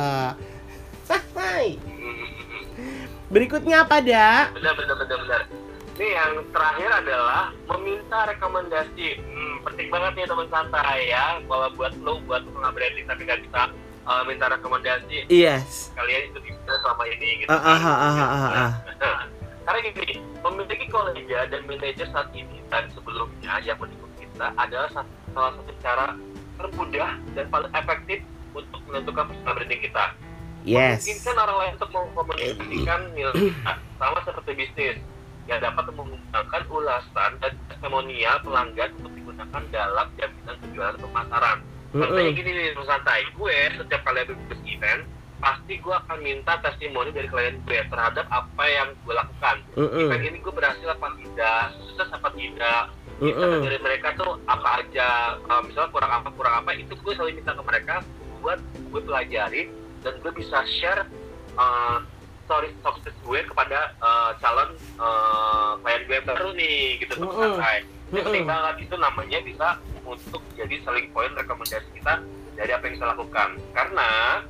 Hai. Berikutnya apa, Da?
Benar, benar, benar, benar. Ini yang terakhir adalah meminta rekomendasi. Hmm, penting banget nih teman santai ya, bahwa buat lo, buat personal branding tapi gak bisa uh, minta rekomendasi.
Yes.
Kalian itu bisa selama ini gitu.
Ah, ah, ah, ah, ah, ah.
Nah, karena gini, memiliki kolega dan manajer saat ini dan sebelumnya yang mendukung kita adalah satu, salah satu cara termudah dan paling efektif untuk menentukan personal branding kita.
Yes.
Memungkinkan orang lain untuk mengkomunikasikan nilai kita, sama seperti bisnis yang dapat mengembangkan ulasan dan testimonial pelanggan untuk digunakan dalam jaminan penjualan pemasaran. Contohnya gini nih, teman santai, gue setiap kali ada bisnis event, pasti gue akan minta testimoni dari klien gue terhadap apa yang gue lakukan.
Mm-mm.
Event ini gue berhasil apa tidak, sukses apa tidak,
Mm-mm.
misalnya dari mereka tuh apa aja, uh, misalnya kurang apa kurang apa itu gue selalu minta ke mereka buat gue pelajari dan gue bisa share uh, story sukses gue kepada uh, calon uh, klien gue baru nih gitu teman
Mm-mm.
santai. Ini
Mm-mm.
penting banget, itu namanya bisa untuk jadi selling point rekomendasi kita dari apa yang kita lakukan, karena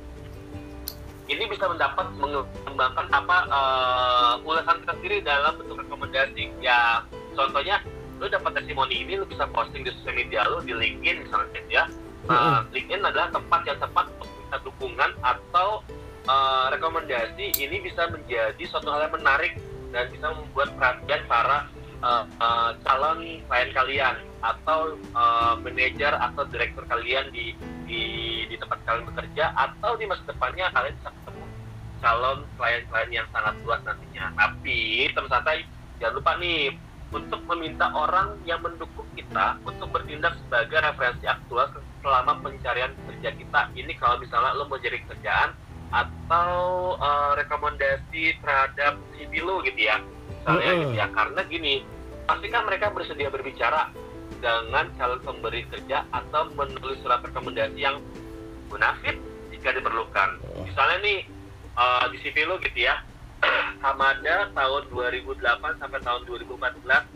ini bisa mendapat mengembangkan apa uh, ulasan kita sendiri dalam bentuk rekomendasi. Ya contohnya lu dapat testimoni ini, lu bisa posting di sosial media lu, di LinkedIn misalnya ya. Uh, LinkedIn adalah tempat yang tepat untuk minta dukungan atau uh, rekomendasi ini bisa menjadi suatu hal yang menarik dan bisa membuat perhatian para uh, uh, calon klien kalian atau uh, manajer atau direktur kalian di, di di tempat kalian bekerja, atau di masa depannya kalian bisa ketemu calon klien-klien yang sangat luas nantinya. Tapi teman santai, jangan lupa nih untuk meminta orang yang mendukung kita untuk bertindak sebagai referensi aktual selama pencarian kerja kita. Ini kalau misalnya lo mau cari kerjaan atau uh, rekomendasi terhadap C V lo gitu ya, misalnya mm-hmm. gitu ya. Karena gini, pastikan mereka bersedia berbicara dengan calon pemberi kerja atau menulis surat rekomendasi yang munafik jika diperlukan. Misalnya nih uh, di C V lo gitu ya, Hamada tahun dua ribu delapan sampai tahun dua ribu empat belas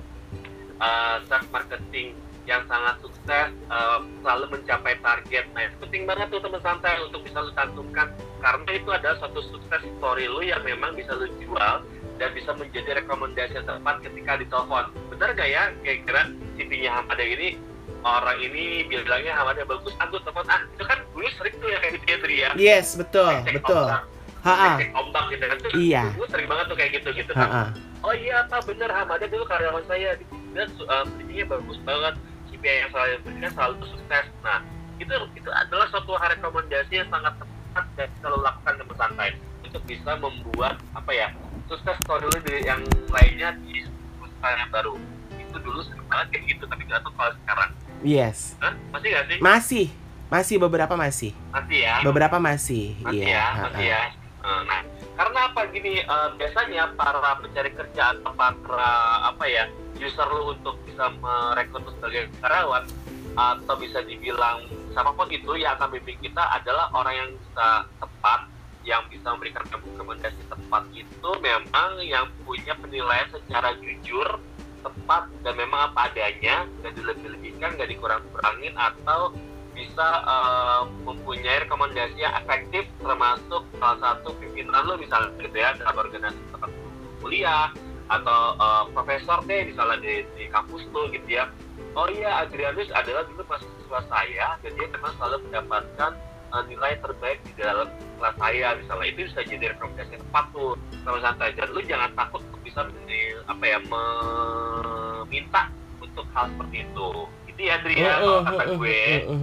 uh, sales marketing yang sangat sukses, uh, selalu mencapai target. Nah, penting banget tuh teman santai untuk bisa lu cantumkan, karena itu adalah suatu sukses story lu yang memang bisa lu jual dan bisa menjadi rekomendasi yang tepat ketika ditelepon. Benar gak ya kira-kira C V-nya Hamada ini, orang ini bilangnya Hamada bagus, aku telepon, ah itu kan dulu sering tuh ya kayak gitu ya Tri ya.
Yes, betul,
Cek
betul.
Cek ombak gitu kan tuh.
Iya.
Gue sering banget tuh kayak gitu gitu kan. Oh iya Pak, bener Hamada dulu karyawan saya, dia uh, C V-nya bagus banget, C V yang selalu berikan selalu sukses. Nah, itu itu adalah suatu rekomendasi yang sangat tepat dan kalau lakukan dengan santai untuk bisa membuat apa ya, sukses story lu yang lainnya di perusahaan yang baru. Itu dulu sering banget kayak gitu, tapi nggak tahu kalau sekarang.
Yes.
Hah? Masih nggak sih?
Masih, masih beberapa masih.
Masih ya.
Beberapa masih.
Masih
iya.
ya, masih ya. Nah, karena apa gini, uh, biasanya para pencari kerja atau para apa ya user lu untuk bisa merekrut sebagai karyawan atau bisa dibilang siapapun itu yang akan bimbing kita adalah orang yang bisa tepat, yang bisa memberikan rekomendasi tepat itu memang yang punya penilaian secara jujur, tepat, dan memang apa adanya, nggak dilebih-lebihkan, nggak dikurang-kurangin, atau bisa uh, mempunyai rekomendasi yang efektif, termasuk salah satu pimpinan lo misalnya gitu ya dalam organisasi tempat kuliah atau uh, profesor deh misalnya di, di kampus lo gitu ya. Oh iya, Adrianus adalah dulu mahasiswa saya dan dia memang selalu mendapatkan uh, nilai terbaik di dalam kelas saya misalnya. Itu bisa jadi rekomendasi yang tepat tuh sama santai, dan lo jangan takut untuk bisa menjadi, apa ya meminta untuk hal seperti itu. Itu ya Dri ya, kalau kata gue.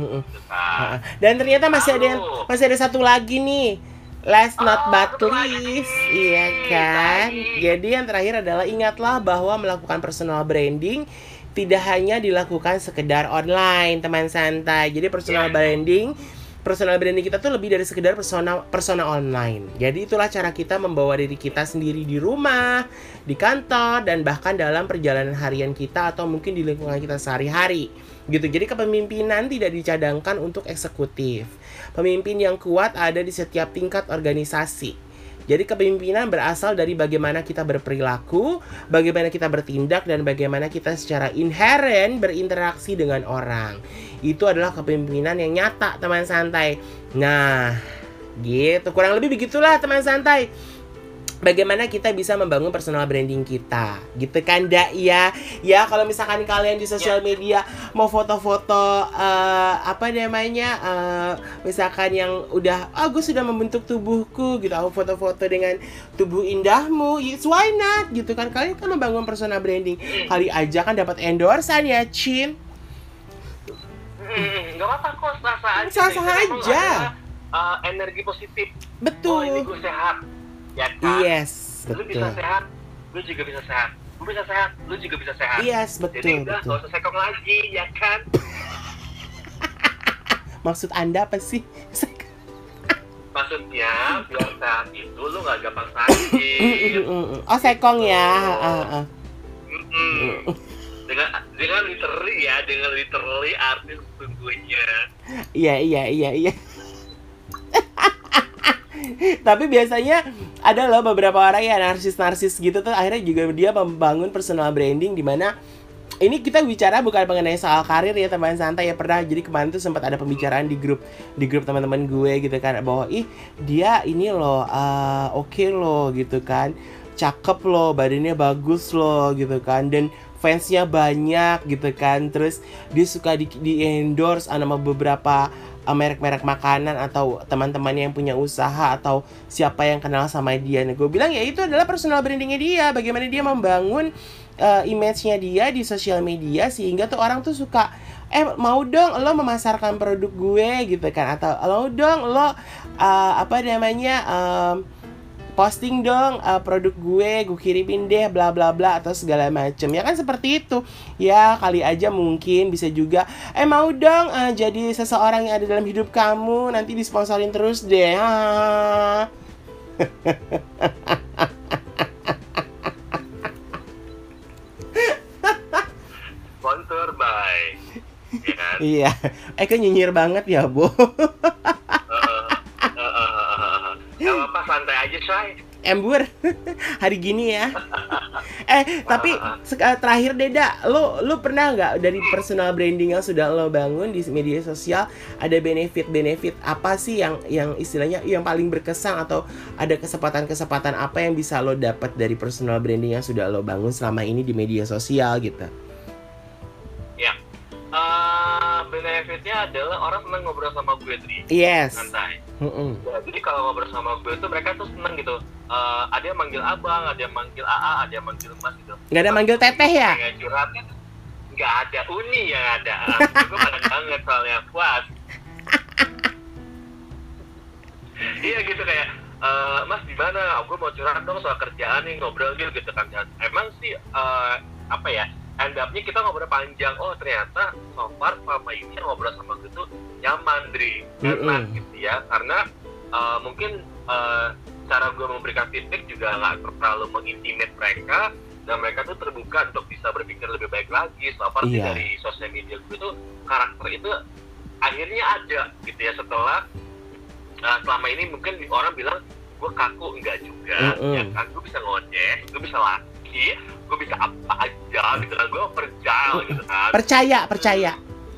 Dan ternyata masih ada yang, masih ada satu lagi nih. Last not but least, iya kan? Jadi yang terakhir adalah ingatlah bahwa melakukan personal branding tidak hanya dilakukan sekedar online, teman santai. Jadi personal branding Personal branding kita tuh lebih dari sekedar persona persona online. Jadi itulah cara kita membawa diri kita sendiri di rumah, di kantor, dan bahkan dalam perjalanan harian kita atau mungkin di lingkungan kita sehari-hari. Gitu. Jadi kepemimpinan tidak dicadangkan untuk eksekutif. Pemimpin yang kuat ada di setiap tingkat organisasi. Jadi kepemimpinan berasal dari bagaimana kita berperilaku, bagaimana kita bertindak, dan bagaimana kita secara inheren berinteraksi dengan orang. Itu adalah kepemimpinan yang nyata, teman santai. Nah, gitu. Kurang lebih begitulah, teman santai. Bagaimana kita bisa membangun personal branding kita, gitu kan, Dak ya? Ya, kalau misalkan kalian di sosial media mau foto-foto uh, apa namanya, uh, misalkan yang udah, ah gue sudah membentuk tubuhku, gitu, aku foto-foto dengan tubuh indahmu, yes, why not, gitu kan? Kalian kan membangun personal branding, kali aja kan dapat endorsan ya, Cin?
Hmm, gak apa-apa kok, sah-sah aja.
Sah-sah aja.
Uh, energi positif.
Betul.
Oh, ini gue sehat. Ya kan?
Yes, betul.
Lu bisa sehat, lu juga bisa sehat. Lu bisa sehat, lu juga bisa sehat.
Yes, betul.
Jadi udah,
betul.
gak usah sekong lagi, ya kan?
Maksud Anda apa sih?
Maksudnya, biar sehat itu lu gak gampang sakit.
Oh, sekong ya. Uh, uh.
Dengan dengan literally ya, dengan literally arti sesungguhnya.
Iya, iya, iya, iya. Tapi biasanya ada loh beberapa orang yang narsis-narsis gitu tuh, akhirnya juga dia membangun personal branding, di mana ini kita bicara bukan mengenai soal karir ya, teman santai ya. Pernah jadi kemarin tuh sempat ada pembicaraan di grup di grup teman-teman gue gitu kan, bahwa ih dia ini loh uh, oke okay loh gitu kan, cakep loh, badannya bagus loh gitu kan, dan fansnya banyak gitu kan. Terus dia suka di, di endorse sama beberapa uh, merek-merek makanan atau teman-temannya yang punya usaha atau siapa yang kenal sama dia. Nah, gue bilang ya itu adalah personal brandingnya dia. Bagaimana dia membangun uh, image-nya dia di sosial media sehingga tuh orang tuh suka, eh mau dong lo memasarkan produk gue gitu kan, atau mau dong lo uh, apa namanya um, posting dong uh, produk gue, gue kirimin deh bla bla bla atau segala macem. Ya kan seperti itu. Ya kali aja mungkin bisa juga eh mau dong uh, jadi seseorang yang ada dalam hidup kamu, nanti disponsorin terus deh. Ah.
Sponsor by. Ya kan?
Iya. Eh kok nyinyir banget ya, Bo.
Gak apa-apa, santai aja, Shay.
Embur. Hari gini ya. Eh, tapi se- eh, terakhir Deda, lo lo pernah nggak dari personal branding yang sudah lo bangun di media sosial ada benefit-benefit apa sih yang yang istilahnya yang paling berkesan, atau ada kesempatan-kesempatan apa yang bisa lo dapat dari personal branding yang sudah lo bangun selama ini di media sosial gitu?
Ya. Uh, benefitnya adalah orang senang ngobrol sama gue, Tri.
Yes.
Santai.
Mm-mm.
Ya, jadi kalau ngobrol sama gue tuh mereka tuh seneng gitu. Uh, ada yang manggil abang, ada yang manggil A A, ada yang manggil mas gitu.
Nggak ada manggil teteh ya?
Kayak curhatnya nggak ada, Uni yang ada. Gue banget banget soalnya, puas. Iya gitu kayak, uh, mas di mana? Gue mau curhat dong soal kerjaan nih, ngobrol gitu gitu kan. Dan emang sih uh, apa ya? End up-nya kita ngobrol panjang. Oh ternyata so far selama ini ngobrol sama gue tuh nyaman, Dri, enak
Mm-mm.
gitu ya. Karena uh, mungkin uh, cara gue memberikan feedback juga nggak terlalu mengintimate mereka, dan mereka tuh terbuka untuk bisa berpikir lebih baik lagi. So far sih
Iya.
dari sosial media gue tuh karakter itu akhirnya ada gitu ya, setelah uh, selama ini mungkin orang bilang gue kaku, enggak juga.
Mm-mm.
Ya kan, gue bisa ngoceh, gue bisa laki, gue bisa apa aja gitu kan, gue percaya gitu kan,
Percaya, percaya.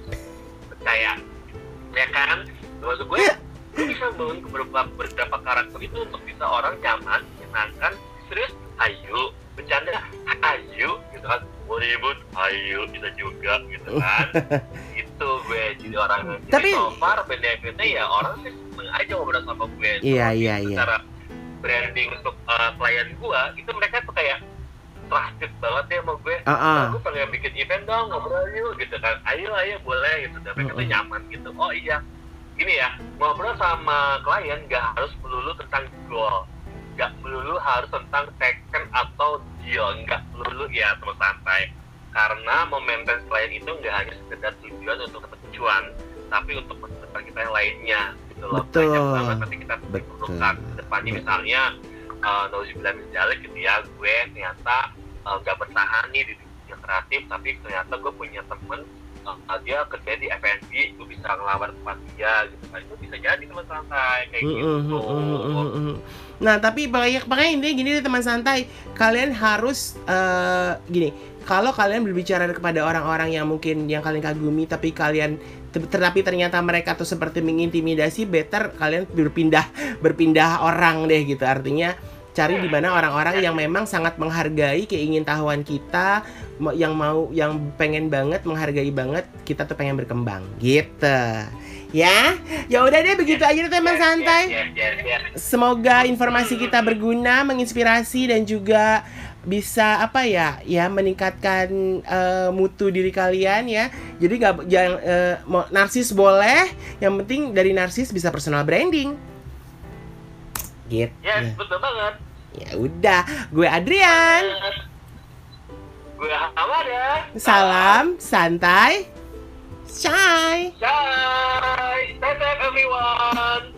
percaya ya kan. Maksud gue gue bisa bangun beberapa, beberapa karakter itu untuk bisa orang nyaman, menyenangkan, serius ayo, bercanda ayo gitu kan, mau ribut ayo, bisa juga gitu kan. Itu gue jadi orang.
Tapi-
Jadi so far benefitnya ya orang sih seneng aja ngobrol sama gue.
Iya,
Tapi
iya, iya.
secara branding untuk uh, klien gue itu mereka tuh kayak trusted banget ya sama gue.
Uh-uh.
Nah, gue pengen bikin event dong, ngobrol yuk gitu kan. Ayo ayo boleh gitu. Dan mereka tuh
Mm-mm.
nyaman gitu. Oh iya, gini ya, ngobrol sama klien gak harus melulu tentang goal, gak melulu harus tentang taken atau deal, gak melulu ya, terus santai. Karena memaintain klien itu gak hanya sekedar tujuan untuk dapat cuan, tapi untuk masa depan kita yang lainnya gitu loh.
Betul.
Banyak banget nanti kita
Betul.
diperlukan ke depannya. Misalnya uh, nauzubillah min dzalik gitu ya, gue ternyata uh, gak bertahan nih di dunia kreatif, tapi ternyata gue punya temen uh, dia kerja di F and B, gue bisa ngelamar tempat dia gitu kan. Itu bisa jadi teman santai kayak
Mm-mm,
gitu.
mm-mm, mm-mm. Nah tapi makanya makanya intinya gini deh teman santai, kalian harus eh, gini, kalau kalian berbicara kepada orang-orang yang mungkin yang kalian kagumi tapi kalian tetapi ternyata mereka tuh seperti mengintimidasi, better kalian berpindah berpindah orang deh gitu. Artinya cari di mana orang-orang yang memang sangat menghargai keingintahuan kita, mo- yang mau yang pengen banget menghargai banget kita tuh pengen berkembang gitu. Ya, ya udah deh begitu aja deh teman santai.
Yes, yes, yes, yes.
Semoga informasi kita berguna, menginspirasi dan juga bisa apa ya, ya meningkatkan eh, mutu diri kalian ya. Jadi nggak jangan eh, mau narsis boleh, yang penting dari narsis bisa personal branding. Gitu.
Yes, betul banget.
Ya udah, gue Adrian.
Gue Hamada.
Salam santai. Shy.
Bye. Stay safe everyone.